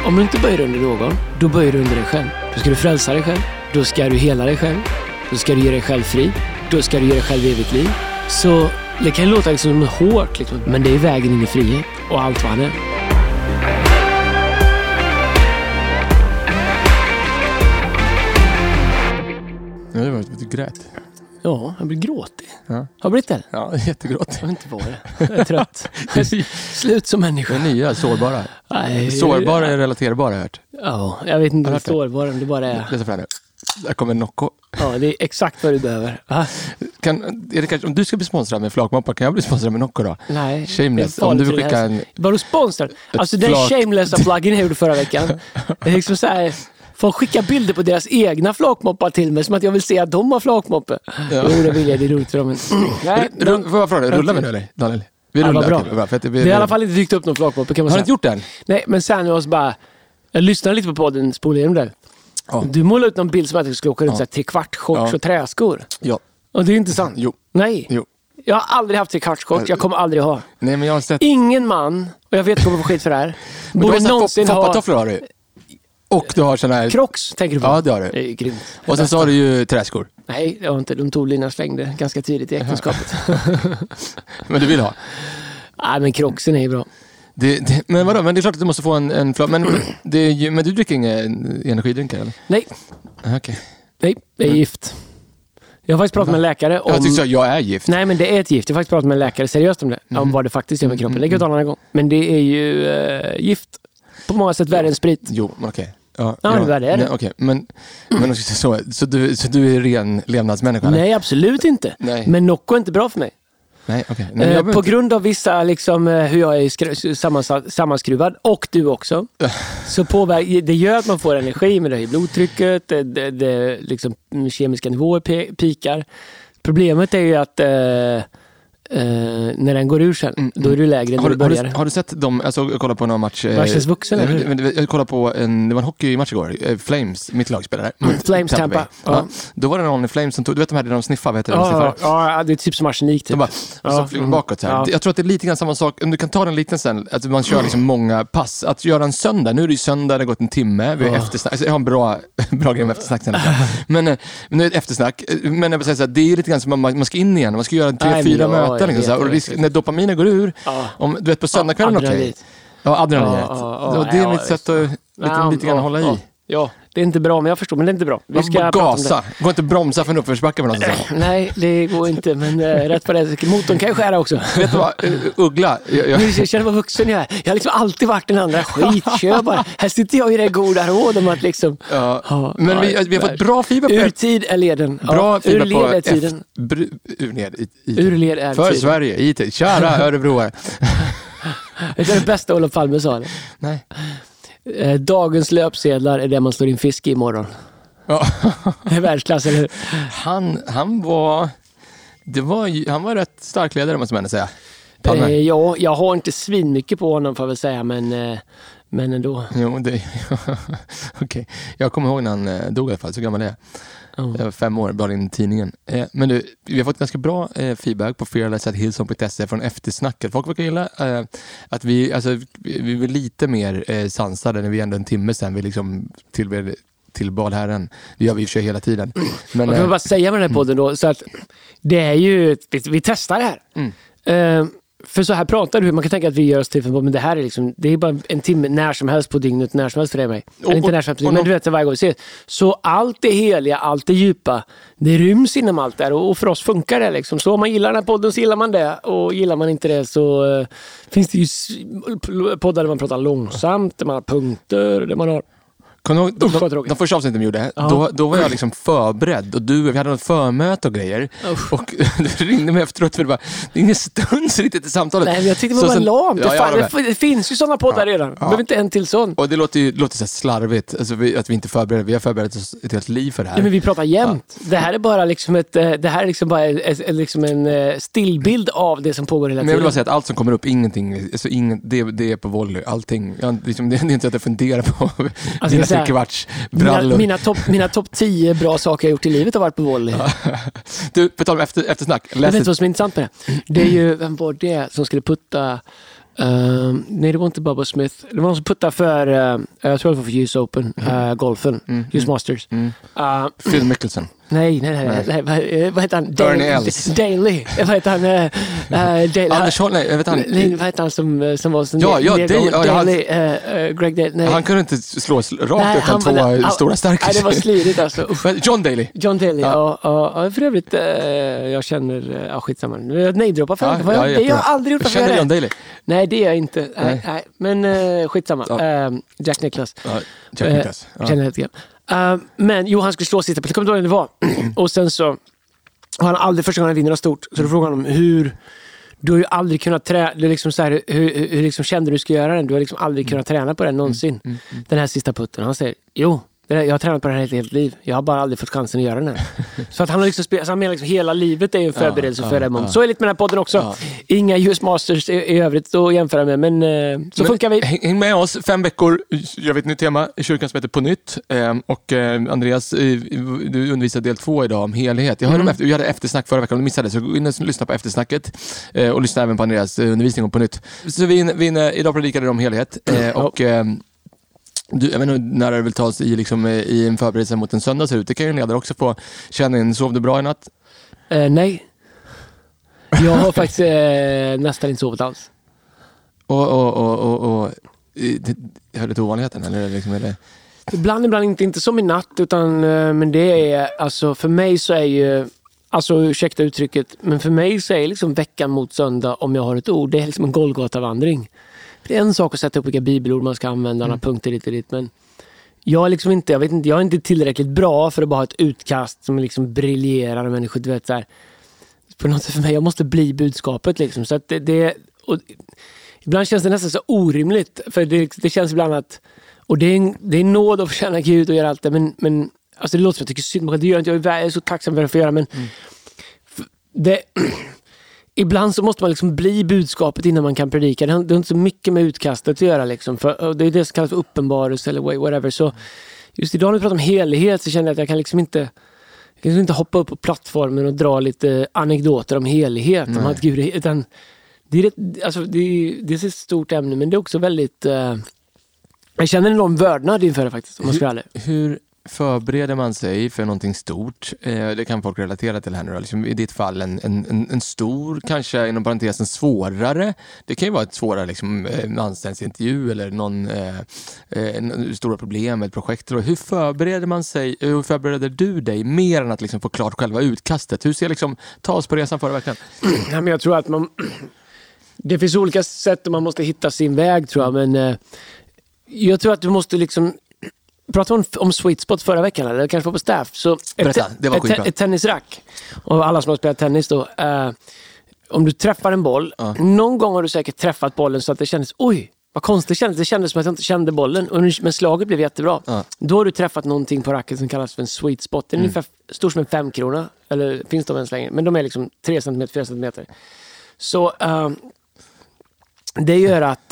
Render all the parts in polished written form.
Om du inte böjer under någon, då böjer du under dig själv. Då ska du frälsa dig själv. Då ska du hela dig själv. Då ska du ge dig själv fri. Då ska du ge dig själv evigt liv. Så det kan låta liksom hårt, liksom. Men det är vägen in i frihet. Och allt vad han är. Ja, det var lite grät. Ja, jag blir gråtig. Ja. Har du blivit det? Ja, jättegråtig. Jag vet inte vad det. Jag är trött. Slut som människa. Det är nya, sårbara. Nej, Sårbara är relaterbara, jag har hört. Ja, jag vet inte vad sårbara det bara är. Läsa fram det. Där kommer Nocco. Ja, det är exakt vad du behöver. Är det kanske, om du ska bli sponsrad med flakmoppar, kan jag bli sponsrad med Nocco då? Nej. Shameless. Om du vill skicka en... Var du sponsrad? Alltså den shamelessa plugin jag gjorde förra veckan. Det är liksom så här... Folk skickar bilder på deras egna flakmoppar till mig som att jag vill se att de har flakmoppar. Ja. Jo, det vill jag. Det är roligt för dem. Får jag fråga, rullar vi nu eller, Daniel? Vi rullar. Bra. Okay, bra för att det har i alla fall inte dykt upp någon flakmoppar, kan man säga. Har du inte gjort den? Nej, men sen jag bara... Jag lyssnade lite på podden, spolade igenom där. Ja. Du målade ut någon bild som att jag skulle åka runt så här, till kvartshorts och träskor. Ja. Och det är inte sant. Jo. Nej. Jo. Jag har aldrig haft till kvartshorts. Jag kommer aldrig ha. Nej, men jag har sett... Ingen man, och jag vet att jag kommer få skit för det här, borde någonsin ha... Foppatofflor har du. Och du har såna här... Crocs, tänker du på? Ja, det har du. Det är grymt. Och sen så har du ju träskor. Nej, det har inte. De tog Lina slängde ganska tidigt i äktenskapet. Men du vill ha? Nej, men Crocsen är ju bra. Men vadå? Men det är klart att du måste få en men du dricker inga energidrinkar, eller? Nej. Okej. Nej, det är gift. Jag har faktiskt pratat med en läkare om... Jag tyckte jag är gift. Nej, men det är ett gift. Jag har faktiskt pratat med en läkare seriöst om det. Om vad det faktiskt gör med kroppen. Det kan jag ta en annan gång. Men det är ju gift. På många sätt värre än sprit. Jo, okej. Ja, det är det. Okej, men så du är ren levnadsmänniska? Eller? Nej, absolut inte. Nej. Men Nocco är inte bra för mig. Nej, okej. På grund av vissa, liksom, hur jag är sammanskruvad, och du också, så det gör att man får energi, men det är blodtrycket, det liksom, kemiska nivåer pikar. Problemet är ju att när den går ur sen, då är du lägre än när du börjar. Har du sett dem, alltså kolla på någon match? Varses vuxen, eller? Jag kollade på det var en hockeymatch igår. Flames, mitt lag spelade där. Flames Tampa. Ja. Då var det någon i Flames som tog, du vet de här där de sniffar, vet du? Ja, det är typ som arsenik. Typ. Så flyger bakåt så här. Jag tror att det är lite grann samma sak, om du kan ta den liknelsen, att man kör liksom många pass. Att göra en söndag, nu är det ju söndag, det har gått en timme, vi har eftersnack. Alltså, jag har en bra grej med eftersnack sen. Men nu är det eftersnack. Men jag vill säga så här, det är lite grann som man ska in igen, man ska göra 3-4 möten. Liksom, så här, och när dopaminen går ur, om du vet på söndagskvällen, okej. Ja, adrenalinet. Det är mitt sätt att lite grann hålla i. Ja, det är inte bra, men jag förstår, men det är inte bra. Vi ska gasa. Går inte bromsa för en uppförsbacke med något sånt. Nej, det går inte, men rätt på det. Motorn kan ju skära också. Vet du vad? Uggla. Jag känner vad vuxen jag är. Jag har liksom alltid varit den andra skitköpare. Här sitter jag i det goda råd om att liksom... Men vi har fått bra fiber på... Ur tid är leden. Bra fiber ur led är tiden. Ur led är för tid. Sverige, IT. Kära örebroare. Det är det bästa Olof Palme sa. Nej. Dagens löpsedlar är det man slår in fisk i imorgon. Ja. Det är världsklass, eller hur? Han var rätt stark ledare, måste man säga. Ja, jag har inte svin mycket på honom, får jag väl säga, men ändå. Jo, okej. Jag kommer ihåg när han dog i alla fall, så gammal är jag. Jag var 5 år, bara in i tidningen. Men du, vi har fått ganska bra feedback på fearless@hillsong.se från eftersnacket. Folk verkar gilla att vi är lite mer sansade när vi ändå en timme sen vi liksom till badherren. Det gör vi i och för sig hela tiden. Men jag kan bara säga med den här podden då, så att det är ju, vi testar det här. För så här pratar du, man kan tänka att vi gör oss till för, men det här är liksom, det är bara en timme när som helst på dygnet, när som helst för dig och mig. Inte när som helst, men du vet varje gång vi ses. Så allt det heliga, allt det djupa, det ryms inom allt där, och för oss funkar det liksom. Så om man gillar den här podden så gillar man det, och gillar man inte det så finns det ju poddar där man pratar långsamt, där man har punkter, där man har... De första avsnitten vi gjorde, då var jag liksom förberedd, och vi hade något förmöte och grejer, och du ringde mig efteråt för det är ingen stund så riktigt i samtalet. Nej, men jag tyckte det var lamt. Det finns ju sådana poddar redan. Det behöver inte en till sån. Och det låter så slarvigt, alltså att vi inte förbereder. Vi har förberett oss ett helt liv för det här. Ja, men vi pratar jämt. Det här är bara liksom en stillbild av det som pågår hela tiden. Men jag vill bara säga att allt som kommer upp, ingenting, alltså det är på volley, allting. Liksom, det är inte att jag funderar på mina topp 10 bra saker jag gjort i livet har varit på volley. Du, på tal om eftersnack. Jag vet vad som är intressant med det. Det är ju, vem var det som skulle putta Nej, det var inte Bubba Smith. Det var någon som puttade för, jag tror det var för US Open, golfen, US Masters. Phil Mickelson. Nej. Vad heter han? Daly. Vad heter han? Daly. Anders Holm, jag vet han. Nej, vad heter han som var sån Daly. Greg Daly. Nej. Han kunde inte slå rakt utan två stora starka. Nej, det var slirigt alltså. John Daly. Ja, för övrigt, jag känner, skitsamma. Nej-droppar för det har jag aldrig gjort. Känner John Daly? Nej, det är jag inte. Nej. Men skitsamma. Jack Nicklaus. Jack Nicklaus. Känner helt grann. Men han skulle slå sista, jag kommer inte ihåg det var. Och sen så har han aldrig första gången han vinner något stort. Så då frågar han om hur, du har ju aldrig kunnat träna, liksom så här, hur liksom kände du ska göra den? Du har liksom aldrig kunnat träna på den någonsin. Den här sista putten. Han säger, jo, jag har tränat på det här helt liv. Jag har bara aldrig fått chansen att göra den här. Så att han har liksom spelat, så han menar liksom hela livet är en förberedelse för det. Så är det lite med den här podden också. Inga US Masters i övrigt att jämföra med, men så funkar vi. Häng med oss, 5 veckor, jag vet ett nytt tema i kyrkan som heter På nytt. Och Andreas, du undervisar del 2 idag om helhet. Jag hörde vi hade eftersnack förra veckan, om du missade så gå in och lyssna på eftersnacket. Och lyssna även på Andreas undervisning om På nytt. Så idag predikade de om helhet. Och jag vet inte när det vill tas i en förberedelse mot en söndag ser ut. Det kan ju en ledare också få känna in. Sov du bra i natt? Nej. Jag har faktiskt nästan inte sovit alls. Och hör det till ovanligheten? Eller? Ibland inte som i natt. Utan, men det är, alltså för mig så är ju, alltså ursäkta uttrycket, men för mig så är liksom veckan mot söndag, om jag har ett ord, det är liksom en Golgata-vandring. Det är en sak att sätta upp vilka bibelord man ska använda, några punkter hit och dit, men jag är liksom inte, jag är inte tillräckligt bra för att bara ha ett utkast som liksom briljerar och människor, du vet så här. På något sätt för mig, jag måste bli budskapet liksom, så att det och ibland känns det nästan så orimligt, för det känns ibland att, och det är nåd att förtjäna Gud och göra allt det, men alltså det låter som jag tycker synd, det gör inte jag är så tacksam för att få göra, men det ibland så måste man liksom bli budskapet innan man kan predika. Det har inte så mycket med utkastet att göra liksom, för det är det som kallas för uppenbarelse eller whatever. Så just idag när vi pratar om helighet så känner jag att jag kan liksom inte hoppa upp på plattformen och dra lite anekdoter om helighet. Om att Gud, utan det är ett stort ämne, men det är också väldigt jag känner en enorm vördnad inför det faktiskt, om man ska vara ärlig. Hur förbereder man sig för någonting stort? Det kan folk relatera till här nu. Liksom, i ditt fall en stor, kanske inom parentesen svårare. Det kan ju vara ett svårare liksom, anställningsintervju eller någon stora problem med ett projekt. Hur förbereder man sig? Hur förbereder du dig mer än att liksom få klart själva utkastet? Hur ser liksom, ta oss på resan förra veckan? Ja, men jag tror att det finns olika sätt och man måste hitta sin väg, tror jag. Men jag tror att du måste liksom pratade om Sweet Spot förra veckan, eller kanske var på staff. Så ett tennisrack. Och alla som har spelat tennis då. Om du träffar en boll, någon gång har du säkert träffat bollen så att det kändes, oj, vad konstigt det kändes. Det kändes som att jag inte kände bollen. Men slaget blev jättebra. Då har du träffat någonting på racket som kallas för en Sweet Spot. Det är ungefär stor som en 5 krona. Eller finns de ens längre? Men de är liksom 3 cm, 4 cm. Så det gör att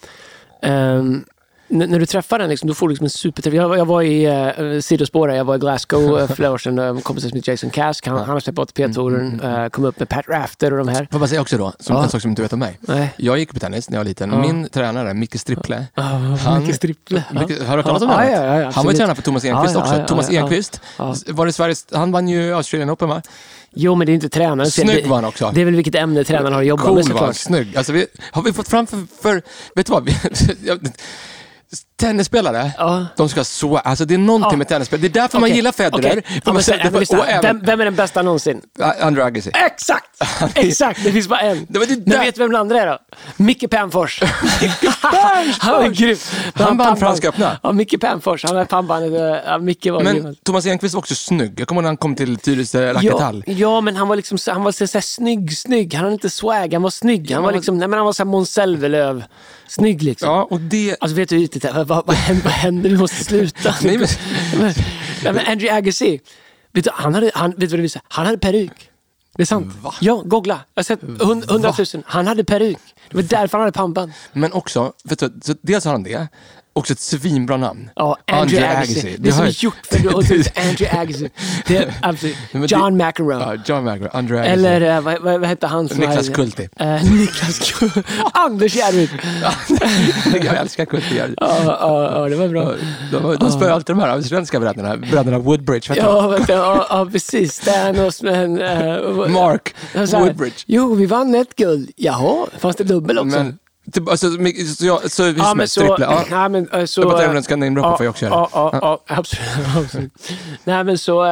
när du träffar den liksom, då får du liksom en superträff. Jag var i sidospåret, jag var i Glasgow för år sedan, kompis med Jason Kask, han har släppt ATP-touren, kom upp med Pat Rafter och de här. Får man säga också då, som en sak som du vet om mig. Nej. Jag gick på tennis när jag var liten. Min tränare, Micke Stripple. Micke Stripple. Har du hört talas om det? Ja, han var ju tränare för Thomas Enqvist också. Thomas Enqvist, var det Sveriges, han vann ju Australian Open, va? Jo, men det är inte tränaren. Snygg var han också. Det är väl vilket ämne tränaren har jobbat med, såklart. Snygg. Alltså, har vi fått fram för vet du vad? Tennisspelare, de ska så, alltså det är någonting med tennisspelare. Det är därför man gillar Federer. Vem är den bästa någonsin? Andrew Agassi. Exakt, det finns bara en. Men vet vem den andra är då? Micke Pernfors. Han är grym. Han vann Franska öppna. Ja, Micke Pernfors, han är pannbandet. Micke var grym. Men Thomas Enqvist var också snygg. Jag kommer när han kom till Tyresö Racketall. Ja, men han var liksom han var så snygg. Han hade inte swag, han var snygg. Han var liksom, han var så här Måns Zelmerlöw. Snygg liksom. Ja, och det... Alltså vet du, vad händer? Vi måste sluta. Men Andrew Agassi, vet du vad det visar? Han hade peruk. Det är sant. Va? Ja, googla. Jag har sett 100 000. Han hade peruk. Det var därför han hade pannband. Men också, vet du, så dels har han det. också ett svinbra namn. Ja, Andrew Agassi. Det är som är gjort för Andrew Agassi. Det är absolut. John McEnroe. Ja, John McEnroe. Andrew Agassi. Eller vad heter han? Niklas Kulti. Niklas Kulti. Anders Järvik. Jag älskar Kulti. Ja, det var bra. De spöar alltid de här svenska bröderna Woodbridge. Ja, precis. Thanos, Mark Woodbridge. Jo, vi vann ett guld. Jaha, fanns det dubbel också? Men, så på tävlingen ska ni inbrott på, får jag också göra. Ja, absolut. Nej, men så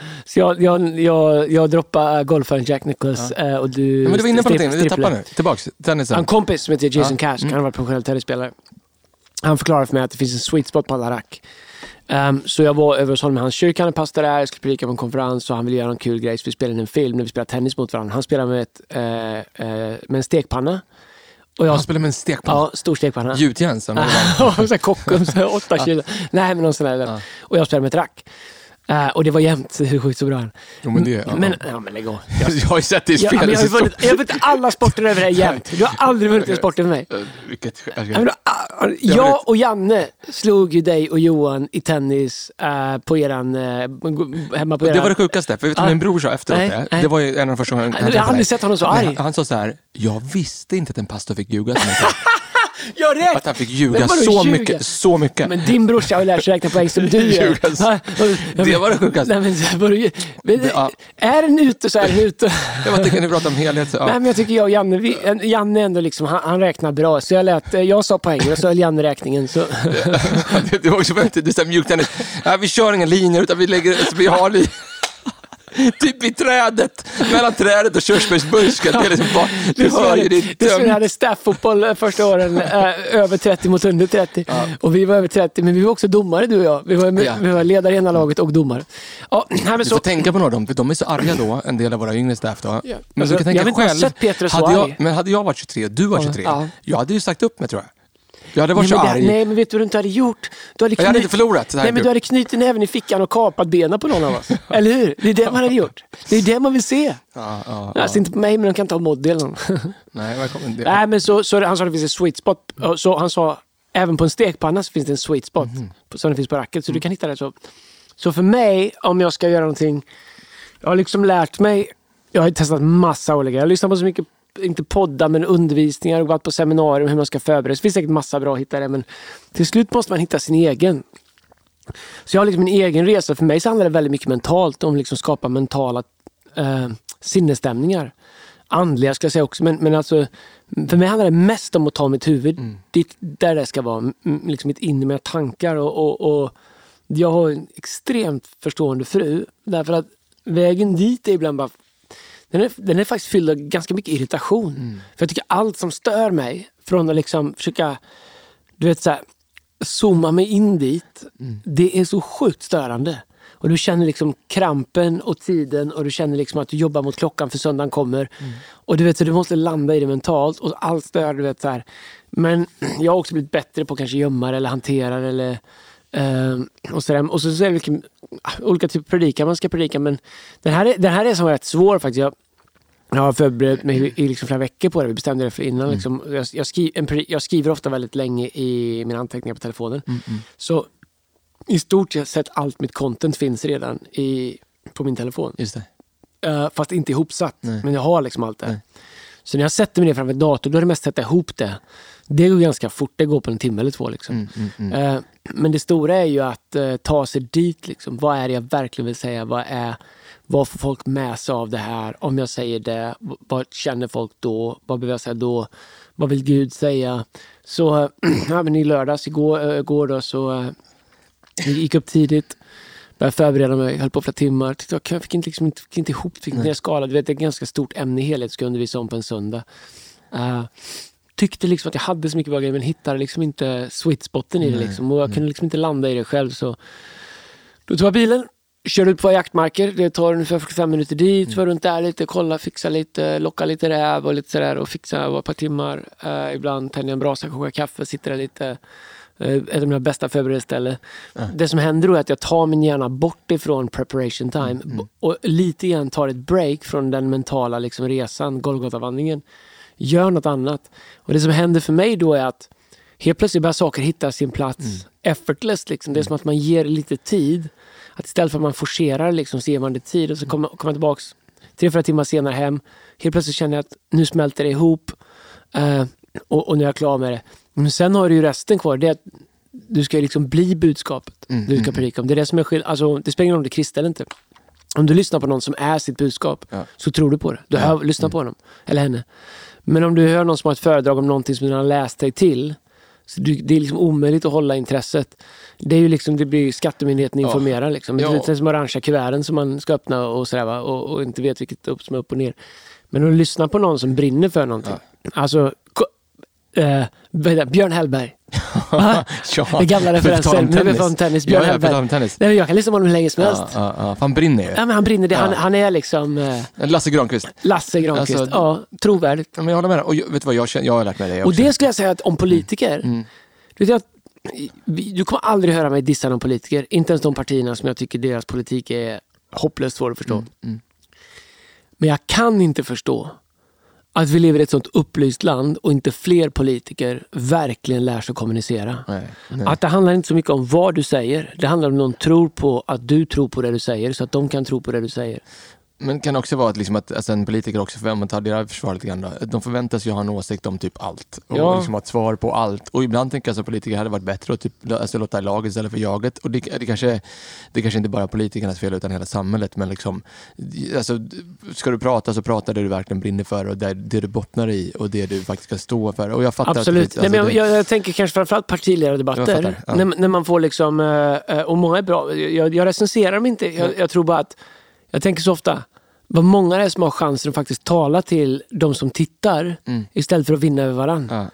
jag droppar golfaren Jack Nicklaus och du... Men du var inne på någonting, vi tappar nu. Tillbaks, tennisen. En kompis som heter Jason Cash, han har varit professionell tennisspelare. Han förklarade för mig att det finns en sweet spot på alla rack. Så jag var över hos honom med hans kyrka, han pastor där, jag skulle predika på en konferens och han ville göra en kul grej, så vi spelade in en film när vi spelade tennis mot varandra. Han spelade med en stekpanna. Och han spelar med en stekpanna? Ja, stor stekpanna. Gjutjärn? Och så Kockums, 8 kilo. Nej, men någon sån där. Och jag spelade med ett rack. Och det var jämnt, det är sjukt så bra. Jo, men det, men lägg av. Jag har ju sett det i spel. Jag har vunnit alla sporter över det här jämnt. Du har aldrig vunnit en sport över mig. Jag och Janne slog ju dig och Johan i tennis på hemma på eran... Det var det sjukaste, för vet du vad min bror sa efteråt det? Det var ju en av de första gångerna jag har aldrig sett honom så arg. Han sa så här: jag visste inte att en pastor fick ljuga så mycket. Att han fick ljuga så mycket. Men din brorsa har ju lärt sig räkna poäng som du gör. Det var det sjukaste. Är den ute så är den ute. Jag tycker ni pratar om helhet. Så, Nej, men jag tycker jag och Janne ändå liksom, han räknar bra. Så jag sa poängen och så höll Janne räkningen. Så. Det var också för att du sa mjukt tennis. Vi kör inga linjer utan vi har typ i trädet, mellan trädet och körsbärsbusken. Det är liksom bara, du hör ju, det är dömt. Det är så vi hade staff-fotboll första åren, över 30 mot under 30. Ja. Och vi var över 30, men vi var också domare, du och jag. Vi var ledare i ena laget och domare. Ja, du får tänka på några av dem, för de är så arga då, en del av våra yngre staff då. Ja. Men alltså, du kan tänka själv, hade jag varit 23, du var 23, jag hade ju sagt upp mig, tror jag. Jag hade varit så arg. Nej, men vet du vad du inte hade gjort? Jag hade inte förlorat. Nej, men du hade knutit näven i fickan och kapat benen på någon av oss. Eller hur? Det är det man hade gjort. Det är det man vill se. Alltså inte på mig, men de kan inte ha moddelen. Nej, men så han sa att det finns en sweet spot. Så han sa, även på en stekpanna så finns det en sweet spot. Som det finns på racket. Så du kan hitta det så. Så för mig, om jag ska göra någonting, jag har liksom lärt mig, jag har testat massa olika. Jag har lyssnat på så mycket, inte poddar, men undervisningar och gått på seminarier hur man ska förbereda. Det finns säkert massa bra att hitta det, men till slut måste man hitta sin egen. Så jag har liksom en egen resa. För mig så handlar det väldigt mycket mentalt om liksom skapa mentala sinnesstämningar. Andliga ska jag säga också, men alltså för mig handlar det mest om att ta mitt huvud dit, där det ska vara, liksom mitt inre med tankar och jag har en extremt förstående fru, därför att vägen dit är ibland bara den är faktiskt fylld av ganska mycket irritation. För jag tycker allt som stör mig, från att liksom försöka, du vet, så här, zooma mig in dit, det är så sjukt störande. Och du känner liksom krampen och tiden, och du känner liksom att du jobbar mot klockan för söndagen kommer. Och du vet, så du måste landa i det mentalt, och allt stör, du vet så här. Men jag har också blivit bättre på kanske gömma eller hantera eller och så är det liksom olika typer av predika man ska predika, men den här är som var rätt svår faktiskt. Jag har förberett mig i liksom flera veckor på det. Vi bestämde det för innan. Liksom. Jag skriver ofta väldigt länge i mina anteckningar på telefonen. Så i stort sett allt mitt content finns redan på min telefon. Just det. Fast inte ihopsatt. Men jag har liksom allt det. Nej. Så när jag sätter mig ner framför ett dator, då är det mest att sätta ihop det. Det går ganska fort, det går på en timme eller två. Liksom. Men det stora är ju att ta sig dit. Liksom. Vad är det jag verkligen vill säga? Vad får folk med sig av det här? Om jag säger det, vad känner folk då? Vad behöver jag säga då? Vad vill Gud säga? Så men i lördags, igår då, så jag gick upp tidigt. Började förbereda mig, höll på flera timmar. Jag fick inte ihop, fick ner skala. Du vet, det är ett ganska stort ämne i helhet, ska undervisa om på en söndag. Tyckte liksom att jag hade så mycket bra grejer, men hittade liksom inte sweet spoten i det liksom. Och jag kunde liksom inte landa i det själv, så då tog jag bilen, körde ut på jaktmarker. Det tar ungefär 45 minuter dit, var runt där lite, kolla, fixa lite, locka lite räv och lite sådär, och fixa ett par timmar. Ibland tänder jag en brasa, kokar kaffe, sitter där lite. Ett av mina bästa förberedelseställen. Det som händer då är att jag tar min hjärna bort ifrån preparation time och lite grann tar ett break från den mentala liksom resan, Golgotavandringen. Gör något annat. Och det som händer för mig då är att helt plötsligt börjar saker hitta sin plats effortless. Liksom. Det är som att man ger lite tid. Att istället för att man forcerar liksom, så ger man det tid och så kommer man tillbaka 3-4 timmar senare hem. Helt plötsligt känner jag att nu smälter det ihop och nu är jag klar med det. Men sen har du ju resten kvar. Det är att du ska liksom bli budskapet du ska predika om. Det är det som är alltså, det spelar ingen roll om det är kristen eller inte. Om du lyssnar på någon som är sitt budskap så tror du på det. Du hör, lyssnar på honom eller henne. Men om du hör någon som har ett föredrag om någonting som du har läst dig till, så det är liksom omöjligt att hålla intresset. Det är ju liksom, det blir skattemyndigheten informerar liksom. Det är lite som orangea kuverten som man ska öppna och sådär, va? Och inte vet vilket som är upp och ner. Men om du lyssnar på någon som brinner för någonting. Alltså Björn Hellberg. Det gamla referensen. Nu är vi från tennis. Björn Hellberg. Nej, jag kan lyssna på honom hur länge som helst. Han brinner ju. Ja, men han brinner. Han är liksom... Lasse Granqvist. Alltså, trovärdigt. Men jag håller med. Och vet du vad, jag har lärt mig det också. Och det skulle jag säga att om politiker... Du kommer aldrig höra mig dissa någon politiker. Inte ens de partierna som jag tycker deras politik är hopplöst svår att förstå. Men jag kan inte förstå att vi lever i ett sånt upplyst land och inte fler politiker verkligen lär sig kommunicera. Nej. Att det handlar inte så mycket om vad du säger. Det handlar om att någon tror på att du tror på det du säger så att de kan tro på det du säger. Men kan också vara att, liksom att alltså en politiker också, om man tar deras försvar lite grann då, de förväntas ju ha en åsikt om typ allt. Och liksom ha ett svar på allt. Och ibland tänker jag att politiker hade varit bättre att typ, alltså, låta laget istället för jaget. Och det kanske inte bara politikernas fel utan hela samhället. Men liksom, alltså, ska du prata så prata det du verkligen brinner för och det du bottnar i och det du faktiskt ska stå för. Och jag fattar absolut. Att, nej, men jag tänker kanske framförallt partiledardebatter. När man får liksom, och många är bra. Jag recenserar dem inte. Jag tror bara att jag tänker så ofta, vad många det är som har chansen att faktiskt tala till de som tittar istället för att vinna över varandra.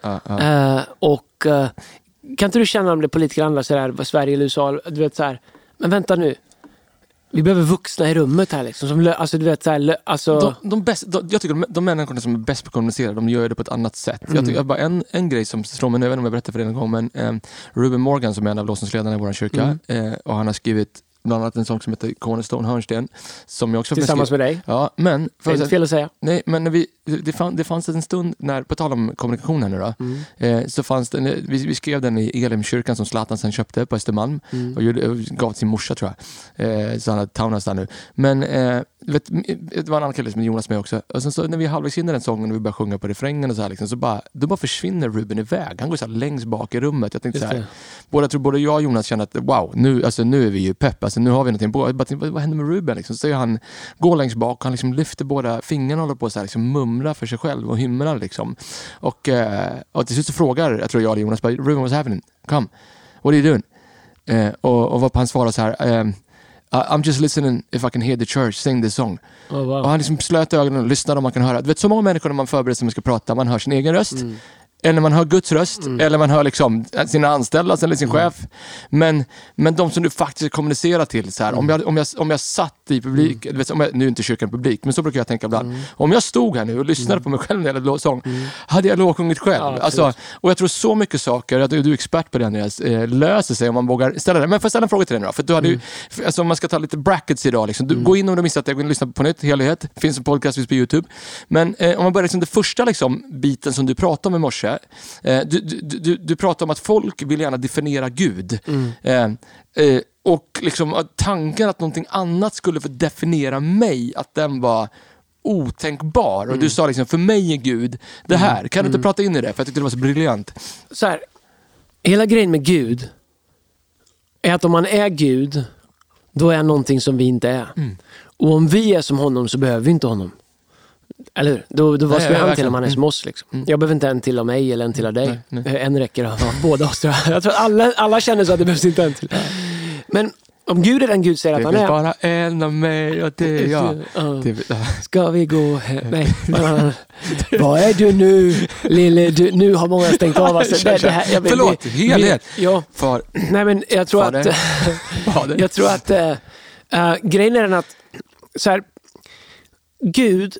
Kan inte du känna om det politiker handlar så här, Sverige eller USA, du vet så här, men vänta nu, vi behöver vuxna i rummet här liksom, som, alltså du vet så här, alltså... jag tycker de människorna som är bäst på att kommunicera, de gör det på ett annat sätt. Jag tycker bara en grej som slår mig nu, jag vet inte om jag berättade för det en gång, men Ruben Morgan som är en av låtsasledarna i vår kyrka, och han har skrivit bland annat en sång som heter Cornerstone Hörnsten som jag också tillsammans med dig. Ja, men det är inte fel att säga. Nej, men när det fanns en stund när, på tal om kommunikation här nu då, så fanns det, vi skrev den i Elimkyrkan som Zlatan sen köpte på Östermalm och gav sin morsa tror jag. Så han hade townhouse där nu. Men det var en annan kille som Jonas med också. Och sen så när vi halvvägs in i den sången och vi började sjunga på refrängen och så här liksom, så bara försvinner Ruben iväg. Han går så här längst bak i rummet. Jag tänkte så här, både jag och Jonas kände att wow, nu är vi ju pepp. Alltså nu har vi någonting på. Vad händer med Ruben liksom? Så han går längst bak och han liksom lyfter båda fingrarna och håller på så här liksom mumlar för sig själv och hymlar liksom. Och till slut så frågar, jag tror jag och Jonas bara, Ruben, what's happening? Come. What are you doing? Och vad han svarar så här, I'm just listening if I can hear the church sing this song. Oh, wow. Och han liksom slöt ögonen och lyssnade om man kan höra. Du vet, så många människor när man förbereder sig man ska prata, man hör sin egen röst. Eller man hör Guds röst, eller man hör liksom sina anställda eller sin chef. Men de som du faktiskt kommunicerar till så här, om jag satt i publik, du vet, nu är inte kyrkan publik, men så brukar jag tänka ibland. Om jag stod här nu och lyssnade på mig själv när jag hade sång, hade jag lovsjungit själv. Alltså, och jag tror så mycket saker, att du är expert på det Andreas, löser sig om man vågar ställa det. Men får jag ställa en fråga till dig då? För du hade ju, alltså, om man ska ta lite brackets idag liksom. Du, gå in om du missat det, gå in och lyssna på nytt, helhet. Finns en podcast på YouTube. Men om man börjar liksom, det första liksom, biten som du pratade om i morse. Du pratar om att folk vill gärna definiera Gud. Och liksom tanken att någonting annat skulle få definiera mig, att den var otänkbar. Och du sa liksom, för mig är Gud det här. Kan du inte prata in i det? För jag tyckte det var så briljant. Så här, hela grejen med Gud är att om man är Gud, då är någonting som vi inte är. Och om vi är som honom så behöver vi inte honom. Eller då vad ska han till om han är som oss liksom. Jag behöver inte en till av mig eller en till av dig. En räcker av båda oss. Jag tror alla känner så att det behövs inte en till. Men om Gud är den Gud säger att han är. Det bara en av mig och det är jag. Ska vi gå hem? Nej. Vad är du nu, lille? Nu har många stängt av oss. Förlåt, helhet. Ja. Nej, men jag tror att grejen är den att så här, Gud,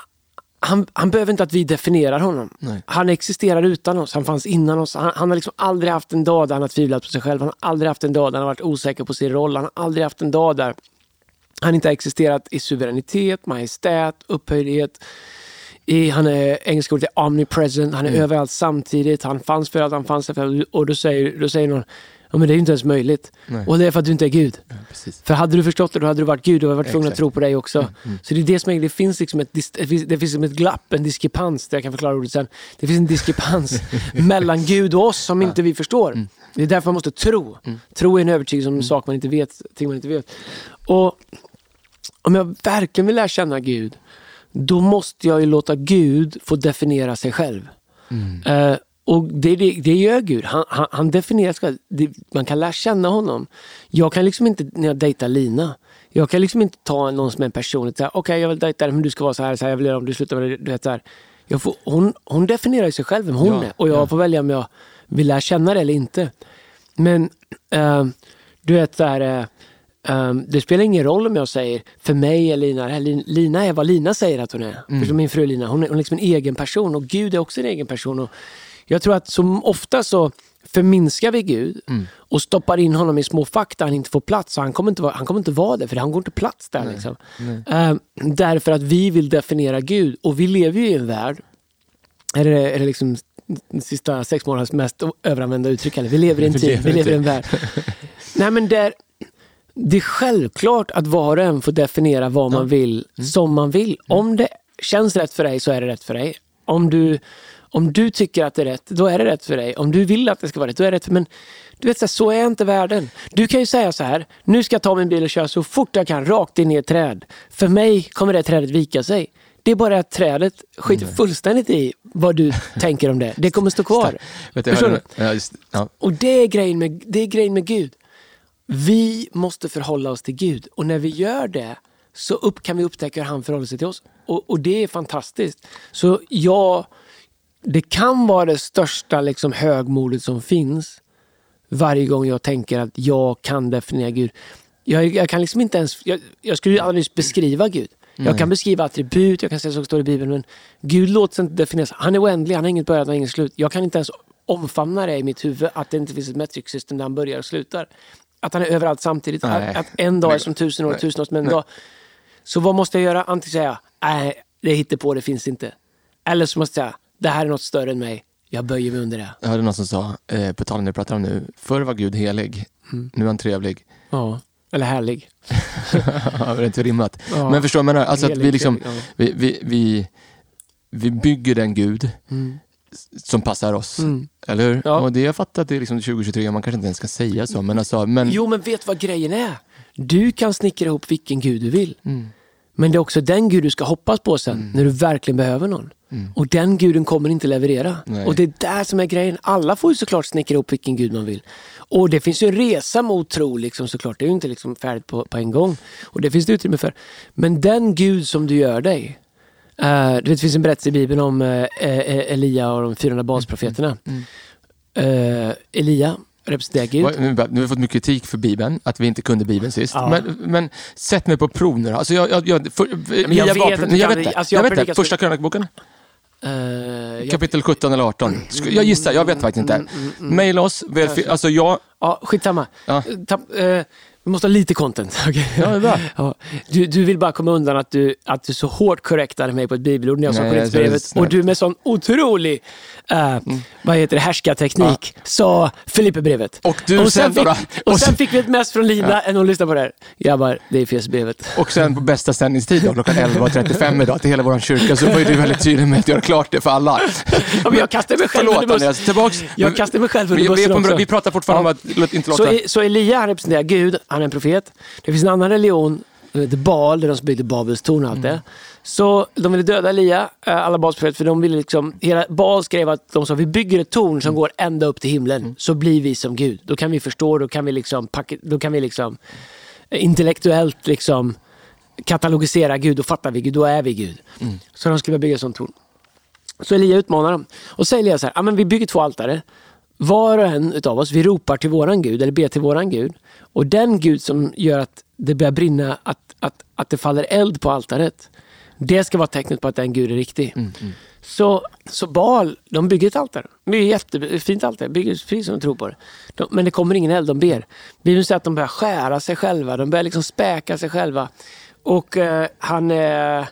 han behöver inte att vi definierar honom. Nej. Han existerar utan oss. Han fanns innan oss. Han har liksom aldrig haft en dag där han har tvivlat på sig själv. Han har aldrig haft en dag där han har varit osäker på sin roll. Han har aldrig haft en dag där han inte har existerat i suveränitet, majestät, upphöjdhet, Han är engelska ordet är omnipresent, han är överallt samtidigt, han fanns för att han fanns för, och då säger någon, ja, men det är ju inte ens möjligt. Nej. Och det är för att du inte är Gud. Ja, för hade du förstått det, då hade du varit Gud och varit tvungen att tro på dig också. Så det är det som är, det finns liksom det finns ett glapp, en diskrepans, där jag kan förklara ordet sen. Det finns en diskrepans mellan Gud och oss som inte vi förstår. Det är därför man måste tro. Tro är en övertygelse om en sak man inte vet, ting man inte vet. Och om jag verkligen vill lära känna Gud, då måste jag ju låta Gud få definiera sig själv. Och det gör Gud. Han definierar sig själv. Man kan lära känna honom. Jag kan liksom inte, när jag dejtar Lina, jag kan liksom inte ta någon som är en person och säga, okej, jag vill dejta dig, men du ska vara så här, jag vill göra om du slutar med det, du vet så här. Hon definierar sig själv vem hon är. Och jag får välja om jag vill lära känna det eller inte. Men du vet så här, det spelar ingen roll om jag säger för mig eller Lina är vad Lina säger att hon är. För min fru Lina, hon är liksom en egen person, och Gud är också en egen person. Och jag tror att som ofta så förminskar vi Gud och stoppar in honom i små fack där han inte får plats. Så han kommer inte vara det, för han går inte plats där. Nej, liksom. Därför att vi vill definiera Gud, och vi lever ju i en värld. Är det liksom de sista 6 månaders mest överanvända uttryck? Eller? Vi lever i en tid, vi lever i en värld. Nej, men det är självklart att var och en får definiera vad man vill som man vill. Om det känns rätt för dig så är det rätt för dig. Om du tycker att det är rätt, då är det rätt för dig. Om du vill att det ska vara rätt, då är det rätt för dig. Men du vet, så är inte världen. Du kan ju säga så här, nu ska jag ta min bil och köra så fort jag kan, rakt in i ett träd. För mig kommer det trädet vika sig. Det är bara att trädet skiter fullständigt i vad du tänker om det. Det kommer stå kvar. Och det är grejen med Gud. Vi måste förhålla oss till Gud. Och när vi gör det, så kan vi upptäcka hur han förhåller sig till oss. Och det är fantastiskt. Så det kan vara det största liksom högmodet som finns varje gång jag tänker att jag kan definiera Gud. Jag kan liksom inte ens, jag skulle ju aldrig beskriva Gud. Jag kan beskriva attribut, jag kan säga så står det i Bibeln, men Gud låter sig inte definieras. Han är oändlig, han har inget början och inget slut. Jag kan inte ens omfamna det i mitt huvud, att det inte finns ett metric system där han börjar och slutar. Att han är överallt samtidigt. Att en dag är som 1000 år, 1000 år som en dag. Så vad måste jag göra? Antingen säga, nej, det hittar på, det finns inte. Eller så måste jag säga, det här är något större än mig. Jag böjer mig under det. Jag hörde någon som sa, på tal om det vi pratar om nu, förr var Gud helig, nu är han trevlig. Ja, eller härlig. Ja, det är inte rimmat. Ja, men förstår man alltså att vi liksom, vi bygger den Gud som passar oss. Eller hur? Ja. Och det jag fattar att det är liksom 2023, man kanske inte ens ska säga så. Men Jo, men vet vad grejen är? Du kan snickra ihop vilken Gud du vill. Men det är också den Gud du ska hoppas på sen, när du verkligen behöver någon. Och den Guden kommer inte leverera. Nej. Och det är där som är grejen. Alla får ju såklart snickra ihop vilken Gud man vill. Och det finns ju en resa mot tro liksom, såklart. Det är ju inte liksom färdigt på en gång. Och det finns det utrymme för. Men den Gud som du gör dig. Det finns en berättelse i Bibeln om Elia och de 400 Balsprofeterna. Elia representerar Gud. Nu har vi fått mycket kritik för Bibeln, att vi inte kunde Bibeln sist. Ja. Men sätt mig på prov nu då. Alltså jag vet det. Första krönikboken. Kapitel 17 eller 18. Jag gissar, jag vet faktiskt inte. Mail oss. Alltså jag... Ja, skitsamma. Ja. Vi måste ha lite content. Okay. Ja, det är bra. Ja. Du vill bara komma undan att du så hårt korrektade mig på ett bibelord när jag sa Korinthierbrevet. Och du med sån otrolig härskarteknik sa Filipperbrevet. Och sen fick vi ett mess från Lina än att lyssna på det här. Jag bara, det är Efesierbrevet. Och sen på bästa sändningstid då, klockan 11:35 idag till hela vår kyrka, så var ju du väldigt tydlig med att göra klart det för alla. Ja, men jag kastar mig själv under bussen. Jag kastar mig själv under bussen också. Vi pratar fortfarande om att inte låta... Så Elia, han representerar Gud. Han är en profet. Det finns en annan religion, Baal, där de som byggde Babels torn och allt det. Så de ville döda Elia, alla Baals profeter, för de ville liksom, hela Baal skrev att de sa, vi bygger ett torn som går ända upp till himlen, så blir vi som Gud. Då kan vi förstå, då kan vi liksom intellektuellt liksom katalogisera Gud, och fattar vi Gud, då är vi Gud. Så de skulle bygga ett sånt torn. Så Elia utmanar dem. Och säger Elia så här, men vi bygger 2 altare. Var och en utav oss, vi ropar till våran Gud, eller ber till våran Gud. Och den Gud som gör att det börjar brinna, att det faller eld på altaret, det ska vara tecknet på att den Gud är riktig. Så Baal, de bygger ett altare. Det är jättefint altare, bygger precis som de tror på det. Men det kommer ingen eld, de ber. Bibeln säger att de börjar skära sig själva, de börjar liksom späka sig själva. Och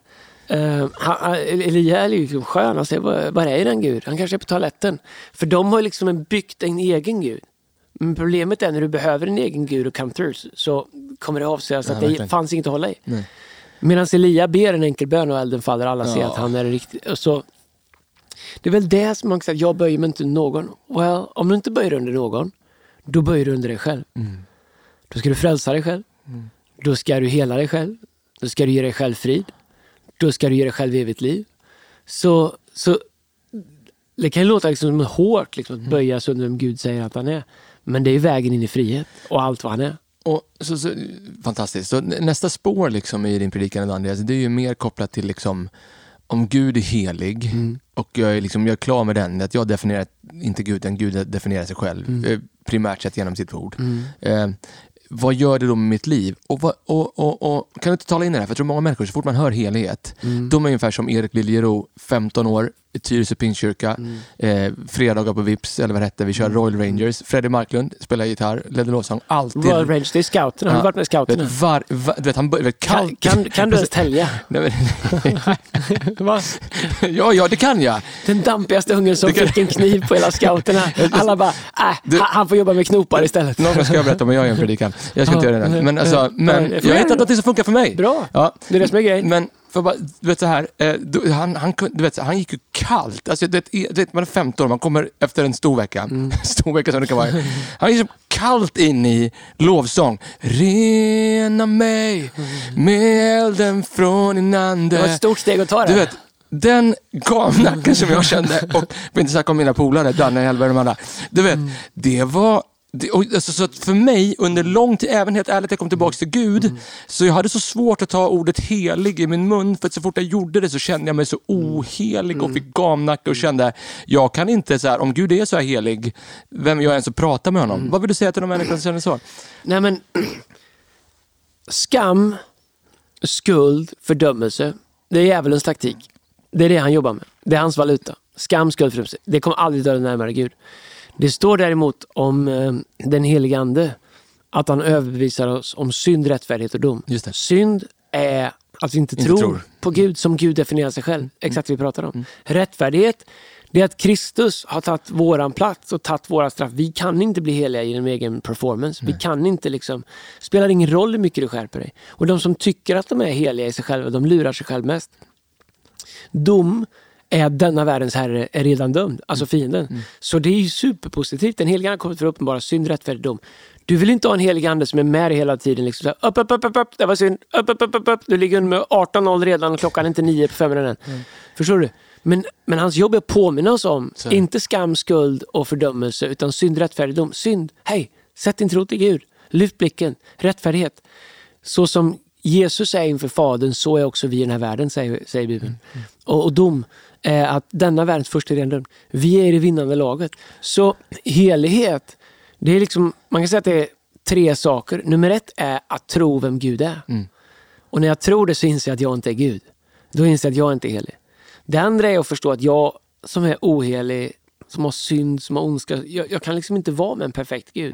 Elia är liksom skön. Han säger, bara är den Gud? Han kanske är på toaletten. För de har liksom byggt en egen Gud. Men problemet är när du behöver en egen Gud och come through, så kommer det avslöjas att det fanns inget att hålla i. Medan Elia ber en enkel bön och elden faller, alla ser att han är riktigt. Så det är väl det som man säger, jag böjer mig inte någon. Well, om du inte böjer under någon, då böjer du under dig själv. Då ska du frälsa dig själv. Då ska du hela dig själv. Då ska du ge dig själv frid. Då ska du ge dig själv evigt liv. Så det kan ju låta liksom hårt liksom, att böja sig under vem Gud säger att han är. Men det är vägen in i frihet och allt vad han är. Och så, fantastiskt. Så nästa spår liksom i din predikan, Andreas, det är ju mer kopplat till liksom, om Gud är helig och jag är klar med den, att jag definierar inte Gud, utan Gud definierar sig själv primärt sett genom sitt ord. Vad gör det då med mitt liv? Och kan du inte tala in i det här? För jag tror många människor, så fort man hör helighet, de är ungefär som Erik Liljero, 15 år, i Tyresö Pingstkyrka, fredagar på Vips, eller vad det hette, vi kör Royal Rangers. Freddie Marklund spelar gitarr, ledde lovsång, alltid. Royal Rangers, det är scouterna, har du varit med scouterna? Du vet, han kan du ens tälja? Ja, det kan jag. Den dampigaste ungen som fick en kniv på hela scouterna. Alla bara, han får jobba med knopar istället. Någon ska jag berätta om jag gör en predikan. Jag ska inte göra det. Men jag vet att det som funkar för mig. Bra, det är det som är grejen. Men för bara, du vet så här, han gick ju kallt. Alltså, man är 15 år, man kommer efter en stor vecka. Stor vecka som det kan vara. Han gick så kallt in i lovsång. Rena mig med elden från din ande. Det var ett stort steg att ta det. Du vet, den gamnacken som jag kände, och vi inte sagt om mina polare, Danne, Helberg och de andra. Du vet, det var... så att för mig under lång tid, även helt ärligt, jag kom tillbaka till Gud, så jag hade så svårt att ta ordet helig i min mun, för att så fort jag gjorde det så kände jag mig så ohelig och fick gamnacke och kände, jag kan inte så här, om Gud är så här helig, vem jag ens att prata med honom. Vad vill du säga till de människor som känner så? Nej, men skam, skuld, fördömelse, det är djävulens taktik. Det är det han jobbar med. Det är hans valuta. Skam, skuld, fördömelse. Det kommer aldrig dra närmare Gud. Det står däremot om den helige ande att han överbevisar oss om synd, rättfärdighet och dom. Just det. Synd är att vi inte tror på Gud som Gud definierar sig själv. Exakt det vi pratar om. Rättfärdighet, det är att Kristus har tagit våran plats och tagit våra straff. Vi kan inte bli heliga genom egen performance. Vi kan inte liksom, spelar ingen roll hur mycket du skärper dig. Och de som tycker att de är heliga i sig själva, de lurar sig själv mest. Dom är att denna världens herre är redan dömd, alltså fienden. Så det är ju superpositivt. Den heliga ande har kommit för uppenbara synd, rättfärdig, dom. Du vill inte ha en helig ande som är med hela tiden. Liksom så här, upp, det var synd, upp. Du ligger med 18-0 redan och klockan är inte 9 på 5 än. Förstår du? Men hans jobb är att påminna oss om, inte skam, skuld och fördömelse, utan synd, rättfärdig, dom. Synd, hej, sätt din tro till Gud. Lyft blicken, rättfärdighet. Så som Jesus är inför Fadern, så är också vi i den här världen, säger Bibeln. Och dom är att denna världens första är redan dömd. Vi är i det vinnande laget. Så helighet, det är liksom, man kan säga att det är 3 saker. Nummer 1 är att tro vem Gud är. Och när jag tror det så inser jag att jag inte är Gud. Då inser jag att jag inte är helig. Det andra är att förstå att jag som är ohelig, som har synd, som har ondska, jag kan liksom inte vara med en perfekt Gud.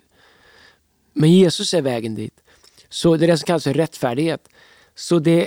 Men Jesus är vägen dit. Så det är det som kallas för rättfärdighet. Så det,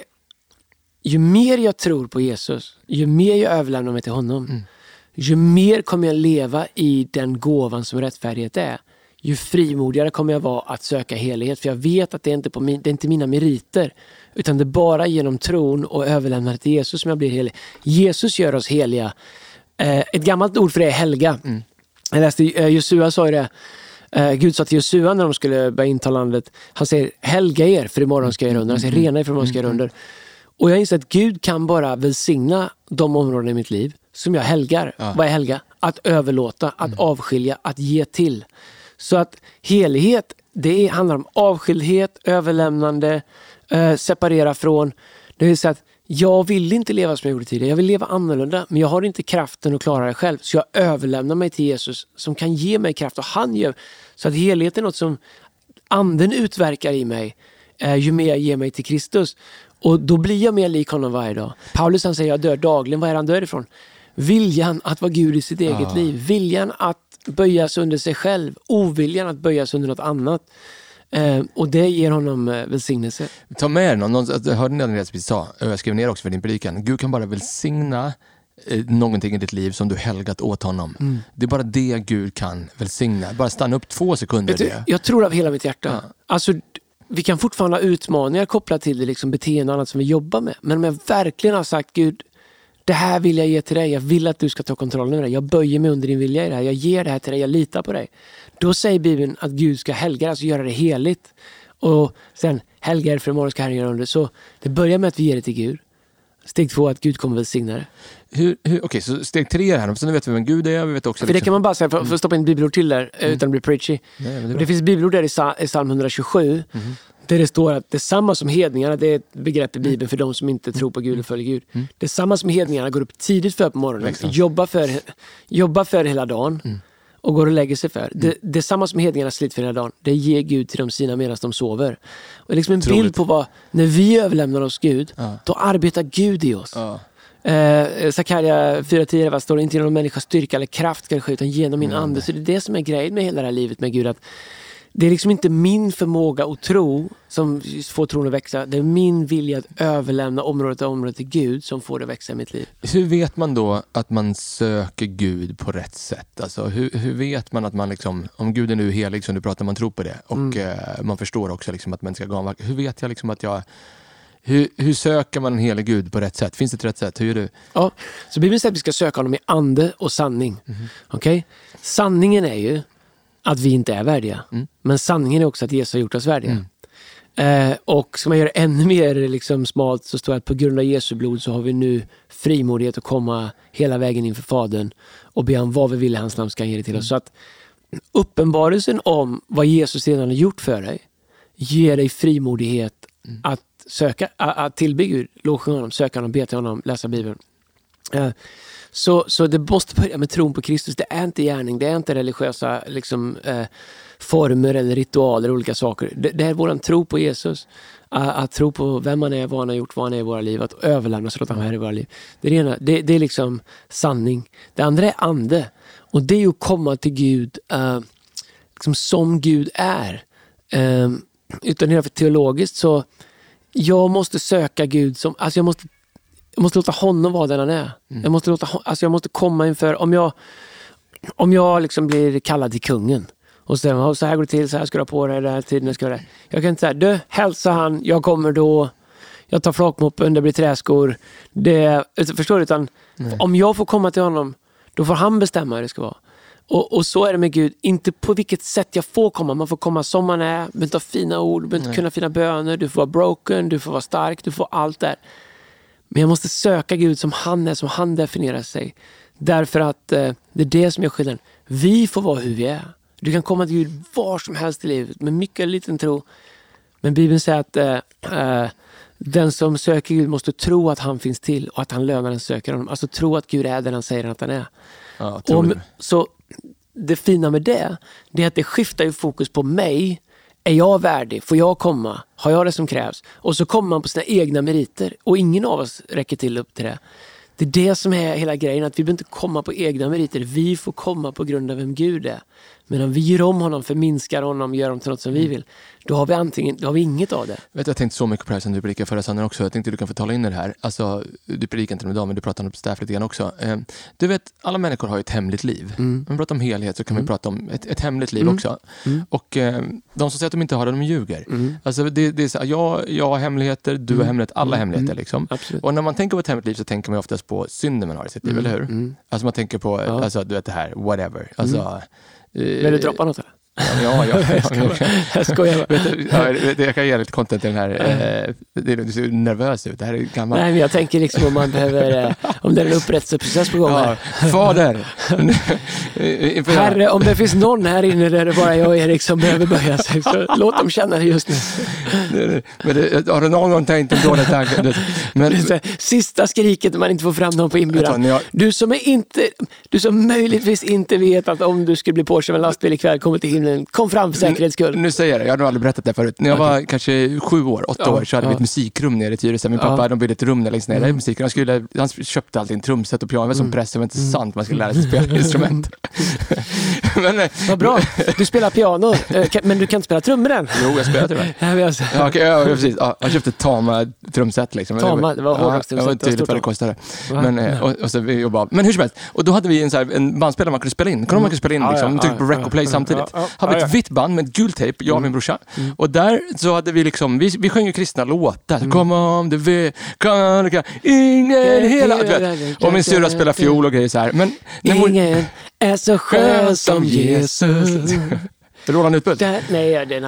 ju mer jag tror på Jesus, ju mer jag överlämnar mig till honom, ju mer kommer jag leva i den gåvan som rättfärdighet är. Ju frimodigare kommer jag vara att söka helighet. För jag vet att det är inte mina meriter, utan det är bara genom tron och överlämnandet till Jesus som jag blir helig. Jesus gör oss heliga. Ett gammalt ord för det är helga. Jag läste Josua sa ju det. Gud sa till Josua när de skulle börja inta landet, han säger, helga er för imorgon ska jag göra under. Han säger, rena er för imorgon ska jag göra under. Och jag inser att Gud kan bara välsigna de områden i mitt liv som jag helgar. Vad är helga? Att överlåta, att avskilja, att ge till. Så att helighet, det handlar om avskildhet, överlämnande, separera från. Det vill säga att jag vill inte leva som jag gjorde tidigare. Jag vill leva annorlunda, men jag har inte kraften att klara det själv. Så jag överlämnar mig till Jesus som kan ge mig kraft. Och han gör. Så att helhet är något som anden utverkar i mig ju mer jag ger mig till Kristus. Och då blir jag mer lik honom varje dag. Paulus han säger, jag dör dagligen. Vad är han dör ifrån? Viljan att vara Gud i sitt eget liv. Viljan att böja sig under sig själv. Oviljan att böja sig under något annat. Och det ger honom välsignelse. Ta med någon hörde ni det jag sa, och jag skrev ner också för din predikan. Gud kan bara välsigna någonting i ditt liv som du helgat åt honom. Det är bara det Gud kan välsigna. Bara stanna upp 2 sekunder. Jag tror av hela mitt hjärta. Ja. Alltså, vi kan fortfarande ha utmaningar kopplat till det, liksom beteende och annat som vi jobbar med. Men om jag verkligen har sagt, Gud, det här vill jag ge till dig. Jag vill att du ska ta kontrollen över det. Jag böjer mig under din vilja i det här. Jag ger det här till dig. Jag litar på dig. Då säger Bibeln att Gud ska helga, alltså göra det heligt. Och sen helga er för imorgon ska Herren göra under. Så det börjar med att vi ger det till Gud. Steg 2 att Gud kommer välsigna det. Okej, så steg 3 är här. Så nu vet vi vem Gud är. Vi vet också för det kan man bara säga, för att stoppa in bibelord till där utan att bli preachy. Det finns bibelord där i psalm 127. Där det står att det är samma som hedningarna, det är ett begrepp i Bibeln för de som inte tror på Gud och följer Gud. Det är samma som hedningarna går upp tidigt för på morgonen, jobbar för hela dagen och går och lägger sig för. Det är samma som hedningarna sliter för hela dagen. Det ger Gud till dem sina medan de sover. Och liksom en bild på vad, när vi överlämnar oss Gud, då arbetar Gud i oss. Sakarja 4:10 står det inte genom människas styrka eller kraft ska det ske, utan genom min ande. Så det är det som är grejen med hela det här livet med Gud, att det är liksom inte min förmåga att tro som får tron att växa. Det är min vilja att överlämna område till Gud som får det växa i mitt liv. Hur vet man då att man söker Gud på rätt sätt? Alltså, hur vet man att man liksom, om Gud är nu helig som du pratar, man tror på det. Och man förstår också liksom att man ska gå. Hur vet jag liksom att jag... Hur söker man en helig Gud på rätt sätt? Finns det ett rätt sätt? Hur gör du? Ja, så Bibeln säger att vi ska söka honom i ande och sanning. Okej? Sanningen är ju att vi inte är värdiga. Men sanningen är också att Jesus har gjort oss värdiga. Och ska man göra ännu mer liksom smalt, så står det att på grund av Jesu blod så har vi nu frimodighet att komma hela vägen inför Fadern och be han vad vi vill i hans namn ska han ge det till oss. Så att uppenbarelsen om vad Jesus redan har gjort för dig ger dig frimodighet att söka, att tillbe Gud, lovsjunga honom, söka honom, be till honom, läsa Bibeln. Så det måste börja med tron på Kristus. Det är inte gärning, det är inte religiösa liksom, former eller ritualer och olika saker. Det är våran tro på Jesus. Att tro på vem man är, vad han har gjort, vad han är i våra liv. Att överlämna så att han är i våra liv. Det är liksom sanning. Det andra är ande. Och det är ju att komma till Gud liksom som Gud är. Utan det för teologiskt så jag måste söka Gud som, alltså jag måste låta honom vara den han är. Jag måste komma inför, om jag liksom blir kallad till kungen och säger så här går det till, så här ska du ha på dig, den här tiden ska det. Jag kan inte säga, du, hälsa han, jag kommer då, jag tar flakmoppen, det blir träskor. Förstår du? Utan om jag får komma till honom, då får han bestämma hur det ska vara. Och så är det med Gud, inte på vilket sätt jag får komma. Man får komma som man är, men ta fina ord, men kunna fina böner, du får vara broken, du får vara stark, du får allt där. Men jag måste söka Gud som han är, som han definierar sig. Därför att det är det som gör skillnaden. Vi får vara hur vi är. Du kan komma till Gud var som helst i livet med mycket liten tro. Men Bibeln säger att den som söker Gud måste tro att han finns till och att han lönar den söker honom. Alltså tro att Gud är den han säger att han är. Ja, så det fina med det är att det skiftar ju fokus på mig. Är jag värdig? Får jag komma? Har jag det som krävs? Och så kommer man på sina egna meriter. Och ingen av oss räcker till upp till det. Det är det som är hela grejen. Att vi behöver inte komma på egna meriter. Vi får komma på grund av vem Gud är. Men om vi gör om honom, förminskar honom, gör dem till något som vi vill, då har vi inget av det. Jag tänkte så mycket på det här som du predikade förra söndagen också. Jag tänkte du kan få tala in det här. Alltså, du predikar inte om idag, men du pratar om Staff lite grann också. Du vet, alla människor har ju ett hemligt liv. Om vi pratar om helhet så kan vi prata om ett hemligt liv också. Och de som säger att de inte har det, de ljuger. Alltså, det är så, jag har hemligheter, du har hemligheter, alla hemligheter liksom. Och när man tänker på ett hemligt liv så tänker man oftast på synden man har i sitt liv, eller hur? Alltså man tänker på, alltså, du vet det här, whatever. Alltså, vill du droppa något eller? Ja. Jag skojar. Jag kan ge lite content till den här. Du ser nervös ut. Det här är gammalt. Nej, men jag tänker liksom om man behöver, om det är en upprättelseprocess på gång. Ja, fader. Herre, om det finns någon här inne där det bara jag och Erik som behöver böja sig, så låt dem känna det just nu. Men har du någon gång tänkt en dålig tanke? Sista skriket när man inte får fram någon på inbjudan. Du som möjligtvis inte vet att om du skulle bli påkörd med en lastbil ikväll, kommer till himlen, kom fram för säkerhets skull. Nu säger jag det, jag har nog aldrig berättat det förut. När jag var kanske 8 år så hade vi ett musikrum nere i Tyresö. Min pappa hade byggde ett rum där längst ner i musiken. Han köpte alltid en trumset och piano. Det var som press, det var inte sant. Man skulle lära sig spela instrument. Men, vad bra. Du spelar piano, men du kan inte spela trummor än. Jo, jag spelar tyvärr. Ja, okay, ja, precis. Ja, jag köpte Tama trumset liksom. Tama, det var hårdast trumset. Det var tydligt vad det kostade. Men, så vi jobbade. Men hur som helst. Och då hade vi en bandspelare man kunde spela in. Man kunde spela in liksom, tryckte på rec och play samtidigt. Hade vi ett vitt band med ett gult tejp, jag och min brorsa. Och där så hade vi liksom, vi sjöng ju kristna låtar. Come on, det vi kan, ingen hela. Och min syrra spelar fiol och grejer så här. Men ingen är så skön som Jesus. Roland Utbult? Nej, den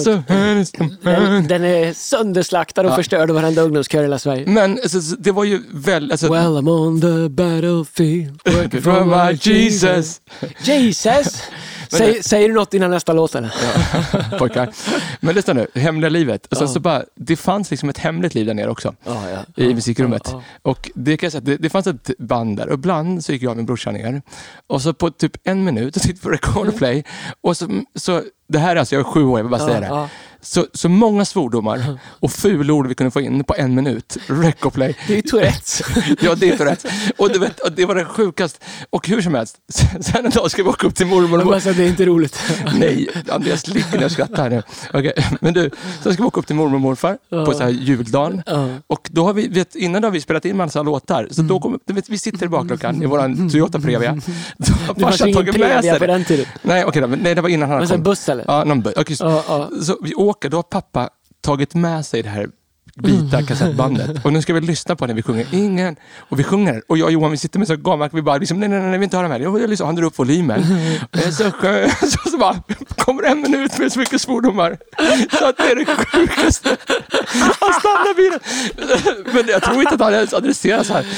är sönderslaktad och förstörd varenda ungdomskör i hela Sverige. Men alltså, det var ju väl... Alltså, well, I'm on the battlefield working for my Jesus. Jesus! Säger du något innan nästa låt eller? Ja, pojkar. Men lyssna nu, hemliga livet. Och sen så bara, det fanns liksom ett hemligt liv där nere också. I musikrummet. Och det kan jag säga, det fanns ett band där. Och ibland så gick jag och min brorsa ner. Och så på typ 1 minut, och sitter på record och play. Och så det här är alltså, jag är 7 år, jag vill bara säga det. Så många svordomar och fulord vi kunde få in på 1 minut. Rec och play. Det är Tourettes. Ja, det är Tourettes. Och du vet, och det var det sjukaste. Och hur som helst, sen en dag ska vi åka upp till mormor. Alltså, det är inte roligt. Nej, Andreas ligger när jag skrattar nu. Okay. Men du, sen ska vi åka upp till mormor och morfar på så här juldagen. Och då har vi, innan då har vi spelat in massa låtar. Så då kommer, vi sitter i bakluckan i våran Toyota Previa. Då har farsan tagit med sig på den tiden. Nej, okej, nej, det var innan han kom. Men en buss eller? Ja, någon buss. Okay, så vi åker, då har pappa tagit med sig det här vita kassettbandet. Och nu ska vi lyssna på när vi sjunger ingen. Och vi sjunger. Och jag och Johan, vi sitter med så gammalt. Vi bara liksom, nej, vi inte höra med. Jag liksom, han drar upp volymen. Och jag är så skön. Så bara, kommer 1 minut med så mycket svordomar. Så att det är det sjukaste. Han stannar bilen. Men jag tror inte att han ens adresserar så här.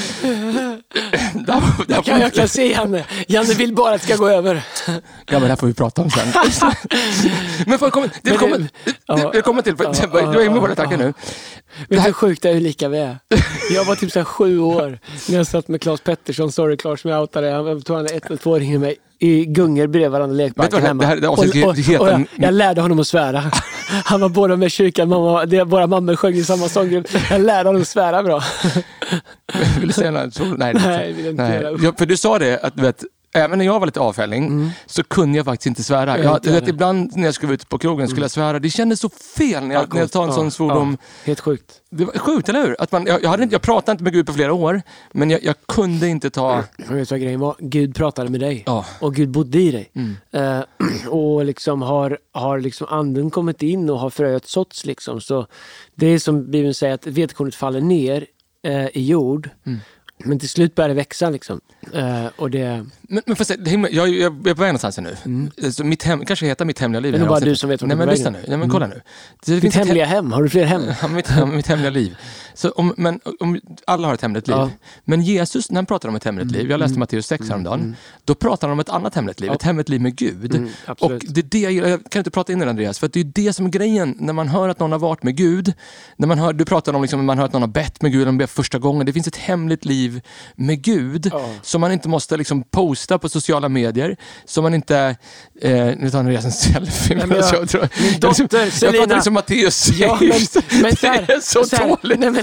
Jag kan se Janne. Janne vill bara att det ska gå över. Ja, men det här får vi prata om sen. Men får jag komma till. Jag är med på det, tackar nu. Vet du hur sjukt det är hur lika vi är? Jag var typ så här 7 år när jag satt med Claes Pettersson, sorry Claes, som jag outade. Han tog 1 eller 2 ringde mig i gungor bredvid varandra lekparken hemma. Och jag lärde honom att svära. Han var båda med i kyrkan, våra mammor sjöng i samma sånggrupp. Jag lärde honom att svära bra. Vill du säga något? Nej, vill inte göra. Ja, för du sa det, att du vet, även när jag var lite avfälling så kunde jag faktiskt inte svära. Ibland när jag skulle ut på krogen skulle jag svära. Det kändes så fel när jag tar en sån svordom. Helt sjukt. Det var sjukt, eller hur? Att jag pratade inte med Gud på flera år, men jag kunde inte ta... Jag vet vad grejen var. Gud pratade med dig. Och Gud bodde i dig. Och liksom har liksom anden kommit in och har fröet såtts liksom. Så det är som Bibeln säger, att vedkornet faller ner i jord. Men till slut börjar det växa liksom. Och det... Men får jag säga, jag är på väg någonstans nu. Så kanske heter mitt hemliga liv. Det är bara du som vet vad du är på väg. Nej, men lyssna nu. Men kolla nu. Ditt hemliga hem. Har du fler hem? Mitt hemliga liv. Så om alla har ett hemligt liv. Men Jesus, när han pratar om ett hemligt liv, jag läste Matteus 6 häromdagen, då pratar han om ett annat hemligt liv. Ett hemligt liv med Gud. Och det är det jag kan inte prata in i det, Andreas, för att det är det som är grejen när man hör att någon har varit med Gud. När du pratar om liksom, man hör att någon har bett med Gud, de ber första gången. Det finns ett hemligt liv med Gud som man inte måste liksom posta på sociala medier, som man inte nu tar Andreas en selfie. Min dotter Selina, jag pratar liksom Matteus 6. Ja, men det är så dåligt. Nej, men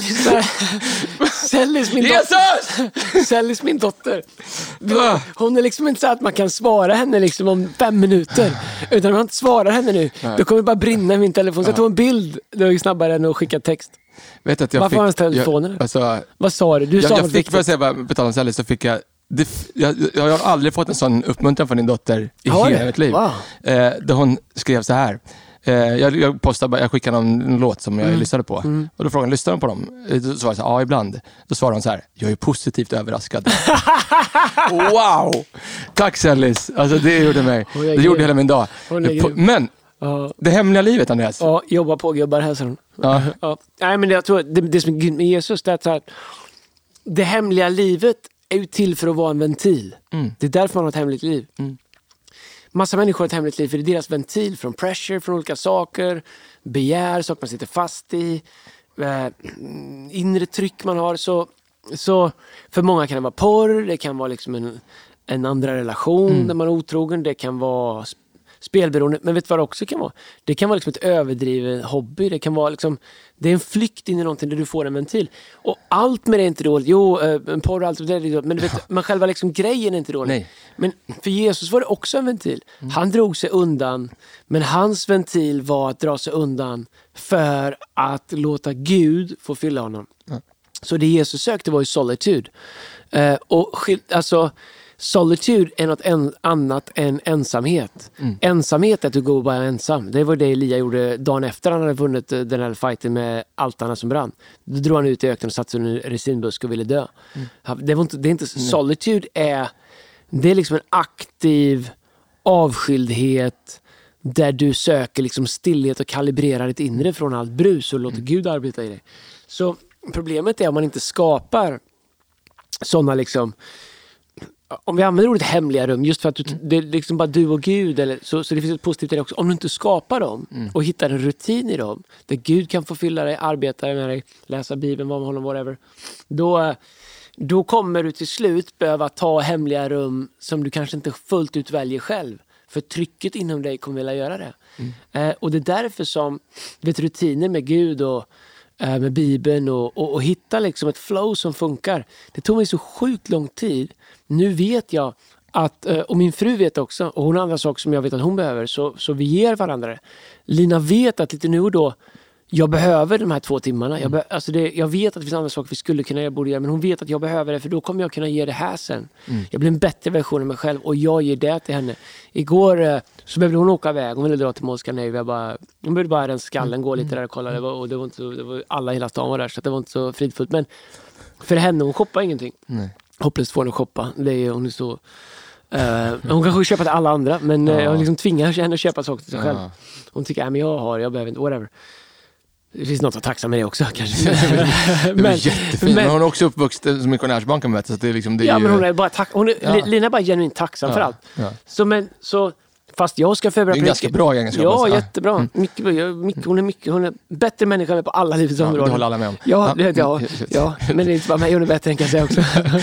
Sellis min dotter. Hon är liksom inte så att man kan svara henne liksom om 5 minuter. Utan om man inte svarar henne nu, då kommer det bara brinna i min telefon. Så jag tog en bild, det är snabbare än att skicka text. Vet att jag varför har han telefonen? Vad sa du? Jag fick, för att säga, betala en Sellis, så fick jag har aldrig fått en sån uppmuntran från din dotter i hela mitt liv. Wow. Där hon skrev så här. Jag skickade en låt som jag lyssnade på. Och då frågade hon, lyssnar de på dem? Då svarade jag så här, ja, ibland. Då svarade hon så här, jag är positivt överraskad. Wow! Tack Sellis. Alltså det gjorde mig. Det gjorde hela min dag. Men det hemliga livet, Andreas. Ja, jobba på gubbar, hälsar hon. Ja. Nej, men jag tror det som är med Jesus, det är så här, det hemliga livet är ju till för att vara en ventil. Det är därför man har ett hemligt liv. Massa människor har ett hemligt liv, för det är deras ventil från pressure, från olika saker, begär, saker man sitter fast i, inre tryck man har. Så för många kan det vara porr, det kan vara liksom en andra relation där man är otrogen, det kan vara spelberoende. Men vet du vad det också kan vara? Det kan vara liksom ett överdriven hobby. Det kan vara liksom, det är en flykt in i någonting där du får en ventil. Och allt med det är inte dåligt. Jo, porr och allt det är dåligt. Men du vet, man själva liksom grejen är inte dåligt. Nej. Men för Jesus var det också en ventil. Han drog sig undan. Men hans ventil var att dra sig undan för att låta Gud få fylla honom. Så det Jesus sökte var ju solitude. Alltså solitude är något annat än ensamhet. Ensamhet är att du går bara ensam. Det var det Elia gjorde dagen efter han hade vunnit den här fighten med altarna som brann. Då drog han ut i öknen och satt sig under en resinbusk och ville dö. Det är inte solitude det är liksom en aktiv avskildhet där du söker liksom stillhet och kalibrerar ditt inre från allt brus och låter Gud arbeta i dig. Så problemet är om man inte skapar sådana liksom, om vi använder ordet hemliga rum just för att det är liksom bara du och Gud eller, så det finns ett positivt i det också. Om du inte skapar dem och hittar en rutin i dem där Gud kan få fylla dig, arbeta med dig, läsa Bibeln, vara med honom, whatever, då kommer du till slut behöva ta hemliga rum som du kanske inte fullt ut väljer själv. För trycket inom dig kommer vilja göra det. Och det är därför som rutiner med Gud och med Bibeln och hitta liksom ett flow som funkar. Det tog mig så sjukt lång tid. Nu vet jag att, och min fru vet också, och hon har andra saker som jag vet att hon behöver, så vi ger varandra det. Lina vet att lite nu och då jag behöver de här 2 timmarna. Jag vet att det finns andra saker vi skulle kunna göra, borde göra, men hon vet att jag behöver det, för då kommer jag kunna ge det här sen. Jag blir en bättre version av mig själv och jag ger det till henne. Igår så behövde hon åka iväg. Hon ville dra till Scandinavia. Hon behövde bara skallen gå lite där och kolla. Det var inte så, det var alla hela stan var där, så det var inte så fridfullt. Men för henne, hon shoppar ingenting. Nej. Hopplöst får hon att shoppa. Hon är så... hon kanske köpa till alla andra, men jag liksom tvingar henne att köpa saker till sig själv. Hon tycker, men jag behöver inte, whatever. Det finns något att tacksa med det också kanske. Det är jättefint. Men hon är också uppvuxen som missionärsbarn kan man veta, så det är liksom, det är men hon är bara Lina är bara genuint tacksam för allt. Ja. Så fast jag ska förbereda. Det är en ganska bra egenskap. Ja, jättebra. Hon är bättre människa på alla livets områden. Det håller alla med om. Ja, men det är inte bara mig, hon är bättre än kan jag säga också.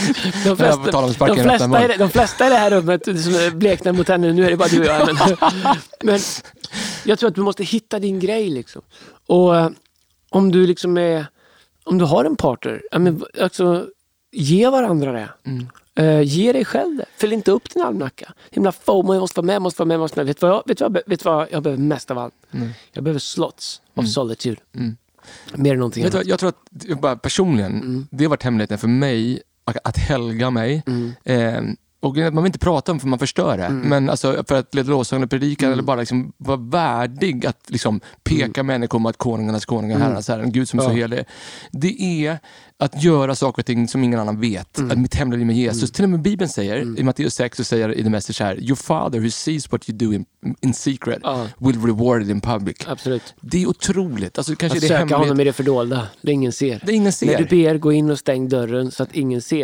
De flesta i det här rummet som bleknar mot henne, nu är det bara du och jag. Men jag tror att du måste hitta din grej liksom. Och om du liksom om du har en partner, alltså ge varandra det. Ge dig själv det. Fyll inte upp din almanacka. Himla FOMO, jag måste vara med. Vet du vad jag behöver mest av allt? Jag behöver slots of solitude. Mer än någonting annat. Jag tror att bara personligen, det har varit hemligheten för mig att helga mig. Och man vill inte prata om för man förstör det. Men alltså för att leda lovsång och predikan eller bara liksom vara värdig att liksom peka människor om att konungarnas konungar, herrarnas herrar, en Gud som är så helig. Det är att göra saker och ting som ingen annan vet. Att mitt hemliga liv med Jesus. Till och med Bibeln säger, i Matteus 6 så säger i det mesta så här: Your father who sees what you do in secret will reward it in public. Absolut. Det är otroligt. Alltså, kanske att söka honom i det fördolda. Det ingen ser. När du ber, gå in och stäng dörren så att ingen ser.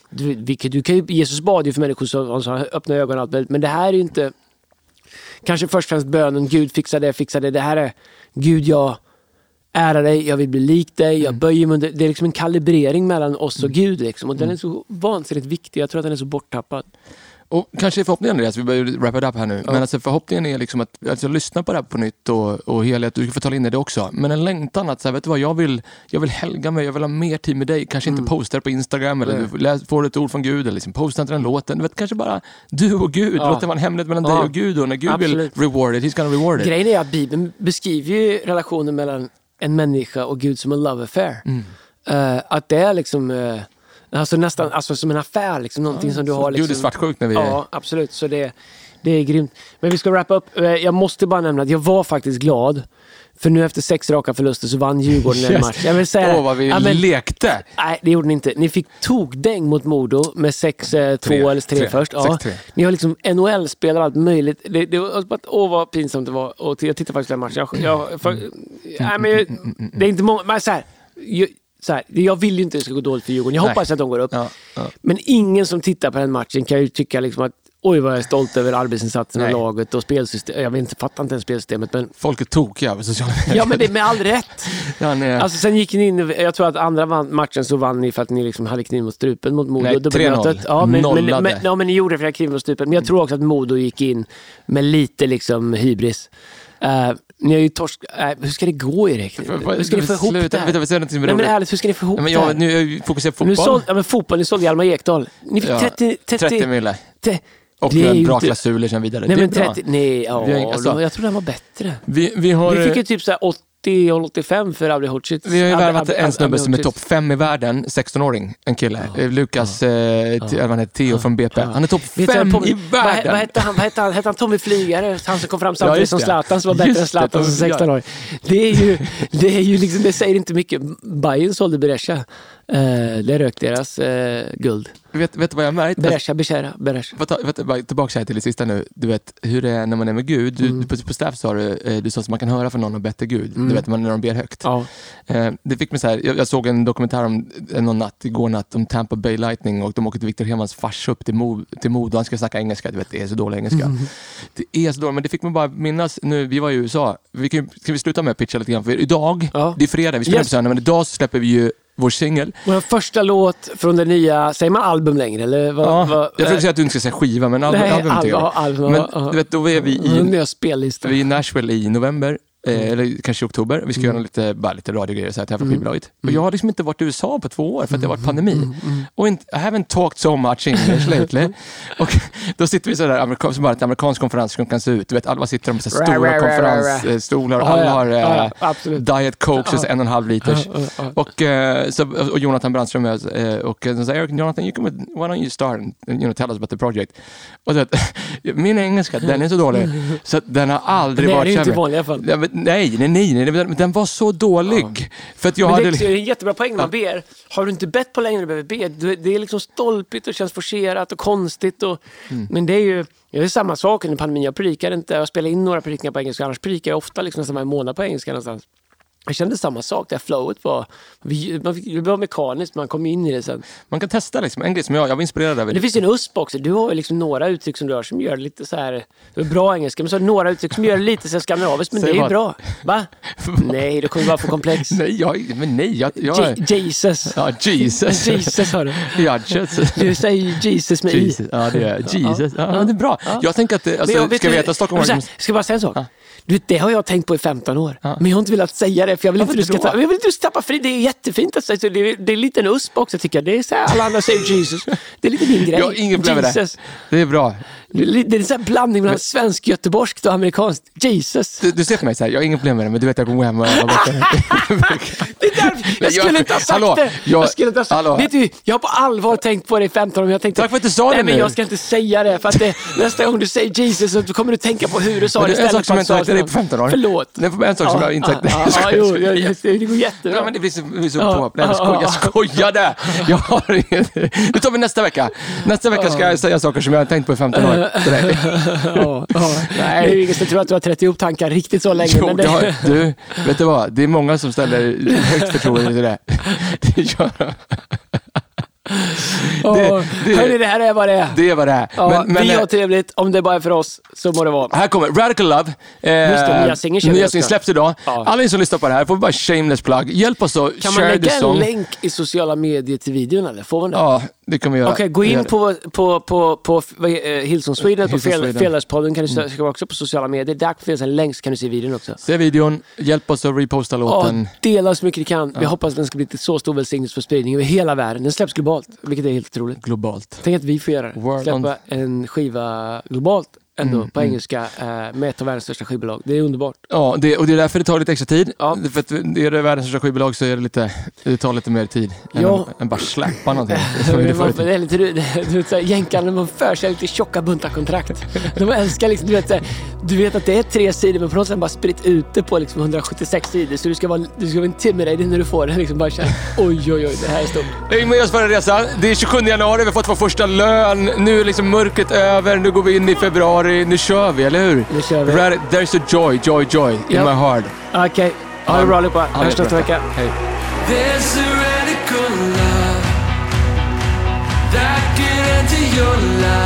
Jesus bad ju för människor som öppnar ögonen och allt, men det här är ju inte kanske först och främst bönen, Gud fixa det. Det här är Gud, jag ärar dig, jag vill bli lik dig, jag böjer mig under. Det är liksom en kalibrering mellan oss och Gud liksom, och den är så vansinnigt viktig. Jag tror att den är så borttappad. Och kanske förhoppningen är att vi börjar wrap it up här nu. Men alltså förhoppningen är liksom att lyssna på det här på nytt och helhet. Du kan få tala in det också. Men en längtan att så här, vet du vad, jag vill helga mig, jag vill ha mer tid med dig. Kanske inte posta på Instagram eller du får ett ord från Gud eller liksom posta inte den låten. Du vet, kanske bara du och Gud. Låt det vara en hemlighet mellan dig och Gud. Och när Gud vill reward it, he's gonna reward it. Grejen är att Bibeln beskriver ju relationen mellan en människa och Gud som en love affair. Att det är liksom... Alltså nästan som en affär liksom, någonting som du har liksom. Gud är svartsjuk när vi Ja, absolut, så det är grymt. Men vi ska wrap up. Jag måste bara nämna att jag var faktiskt glad, för nu efter 6 raka förluster så vann Djurgården en match. Jag vill säga vad vi lekte. Nej, det gjorde ni inte. Ni fick tokdäng mot Modo med 6-2 eller 3 först. Ja. 6-3. Ni har liksom NHL-spelare, allt möjligt. Det var vad pinsamt det var. Och jag tittade faktiskt på den matchen. Det är inte många, men så här, jag vill ju inte att det ska gå dåligt för Djurgården. Jag hoppas att de går upp. Men ingen som tittar på den matchen kan ju tycka liksom att oj vad jag är stolt över arbetsinsatsen och laget och spelsystem. Jag fattar inte ens spelsystemet. Men... Folk är tokiga över sociala medier. Ja, men det är med all rätt. Alltså sen gick ni in, jag tror att andra matchen så vann ni för att ni liksom hade kniv mot strupen mot Modo. Nej, 3-0. Ja, men ni gjorde det för att kniv mot strupen. Men jag tror också att Modo gick in med lite liksom hybris. Ni har ju hur ska det gå, Erik? Hur ska ni få ihop det här? Nej, men ärligt, hur ska ni få ihop det här? Nu är jag fokuserar på fotboll. Fotboll, ni sålde Hjalmar Ekdal. Ni fick 30 mille. Och bra klausuler sen vidare. Nej, men 30, jag tror den var bättre. Vi fick ju typ så här 80-85 för Abrihocic. Vi har ju värvat en snubbe som är topp 5 i världen, 16-åring, en kille. Lukas Theo från BP. Han är topp 5 i världen. Vad hette han? Tommy Flygare, han som kom fram samtidigt som Zlatan, som var bättre än Zlatan som 16-åring. Det är ju liksom, det säger inte mycket. Bayern sålde Beresha. Det rök deras guld. Vet du vad jag märkt? Beresha. Tillbaka här till det sista nu. Du vet hur det är när man är med Gud. På staff sa du sa att man kan höra från någon och bättre Gud. Du vet när de ber högt. Ja. Det fick mig så här. Jag såg en dokumentär om igår natt om Tampa Bay Lightning och de åker till Victor Hedmans fars upp till Modo. Han ska snacka engelska. Du vet, det är så dålig engelska. Det är så dåligt, men det fick mig bara minnas nu. Vi var i USA. Ska vi sluta med att pitcha lite grann? För idag, det är fredag, vi spelar på söndag, men idag så släpper vi ju vår singel. Vår första låt från det nya, säger man album längre? Eller jag försöker säga att du inte ska säga skiva, men album. Men du vet, då är vi i Nashville i november. Eller kanske i oktober. Vi ska göra lite radiogrejer så här till skivbolaget. Och jag har liksom inte varit i USA på 2 år för att det har varit pandemi. Och I haven't talked so much English lately. Och då sitter vi så där som bara ett amerikansk konferens som kan se ut. Du vet, alla sitter på så stora konferensstolar och alla har Diet Coke, så 1,5 liters. Och Jonathan Brandström och de säger, Jonathan, why don't you start and tell us about the project. Och så min engelska, den är så dålig så att den har aldrig varit sämre. Det är inte i vanliga fall. Nej, den var så dålig. För att det är en jättebra poäng man ber. Har du inte bett på länge du behöver be? Det är liksom stolpigt och känns forcerat och konstigt. Men det är ju samma sak under pandemin. Jag predikar inte, jag spelar in några predikningar på engelska. Annars predikar jag ofta liksom nästan en månad på engelska någonstans. Jag kände samma sak, det här flowet var mekaniskt, man kom in i det sen. Man kan testa liksom, en grej som jag var inspirerad av. Det finns ju en USP också, du har ju liksom några uttryck som du har som gör det lite så här, det är bra engelska, men så har du några uttryck som gör det lite så här skandinaviskt, men det är ju bra. Va? Nej, då kommer du bara få komplex. Jesus. Ja, Jesus. Jesus har du. Ja, Jesus. Du säger Jesus med Jesus. Ja, det är Jesus. Ja, det är bra. Jag tänker att ska vi veta Stockholm. Ska bara säga en sak. Det har jag tänkt på i 15 år. Men jag har inte velat säga det, för jag vill inte du ska tappa fri. Det är jättefint att säga. Det är lite en USP också, tycker jag. Det är så här, alla andra säger Jesus. Det är lite din grej. Jag har ingen problem med det. Det är bra. Det är en sån här blandning mellan svensk, göteborgskt och amerikanskt. Jesus. Du ser på mig så här, jag har ingen problem med det, men du vet jag kommer hem och det är därför, jag skulle inte ha sagt det. Jag skulle inte ha sagt. Vet du, jag har på allvar tänkt på det i 15 år. Jag tänkte, tack för att du sa det. Nej, men jag ska inte säga det, för att nästa gång du säger Jesus så kommer du tänka på hur du sa det istället. En sak som jag inte sagt det på 15 år. Förlåt. Det är en sak som jag inte sagt. Det går jättebra. Ja, men det blir så på. Jag skojade. Nu tar vi nästa vecka. Nästa vecka ska jag säga saker som jag har tänkt på i 15 år. Nej, det är ingen som tror att du har 30 ihop tankar riktigt så länge. Jo, men du, vet du vad? Det är många som ställer högt förtroende till det. Det gör de. Hörni, det här är vad det är. Det är vad det är. Ja, men vi har trevligt. Om det bara är för oss så må det vara. Här kommer Radical Love. Nya singel släpps idag. Ja. Alla som lyssnar på det här får bara shameless plug. Hjälp oss att kan man lägga en länk i sociala medier till videon, eller får man det? Ja, det kan vi göra. Okej, gå in på Hillsong Sweden, på Fellerspodden, kan du ska också på sociala medier. Där finns en länk så kan du se videon också. Se videon, hjälp oss att reposta låten. Dela så mycket du kan. Vi hoppas att den ska bli så stor välsignelse för spridning över hela världen. Den släpps globalt, vilket är helt otroligt. Globalt. Tänk att vi får göra det. Släppa en skiva globalt ändå på engelska med ett av världens största skivbolag. Det är underbart. Ja, och det är därför det tar lite extra tid. Ja. För att är det världens största skivbolag så är det tar lite mer tid än bara släppa någonting. Det är lite du vet, jänkarna, man för sig lite tjocka bunta kontrakt. De älskar liksom, du vet att det är 3 sidor, men på något sätt bara spritt ut det på liksom 176 sidor. Så du ska vara intimidated när du får det. Liksom bara känna, oj, det här är stort. Häng med oss på en resa. Det är 27 januari, vi har fått vår första lön. Nu är liksom mörkret över, nu går vi in i februari. Nu kör vi, eller hur? Nu kör vi. There's a joy in my heart. Okej, ha det bra allihopa. Hörs nästa vecka. Hej. There's a radical love that can enter your life.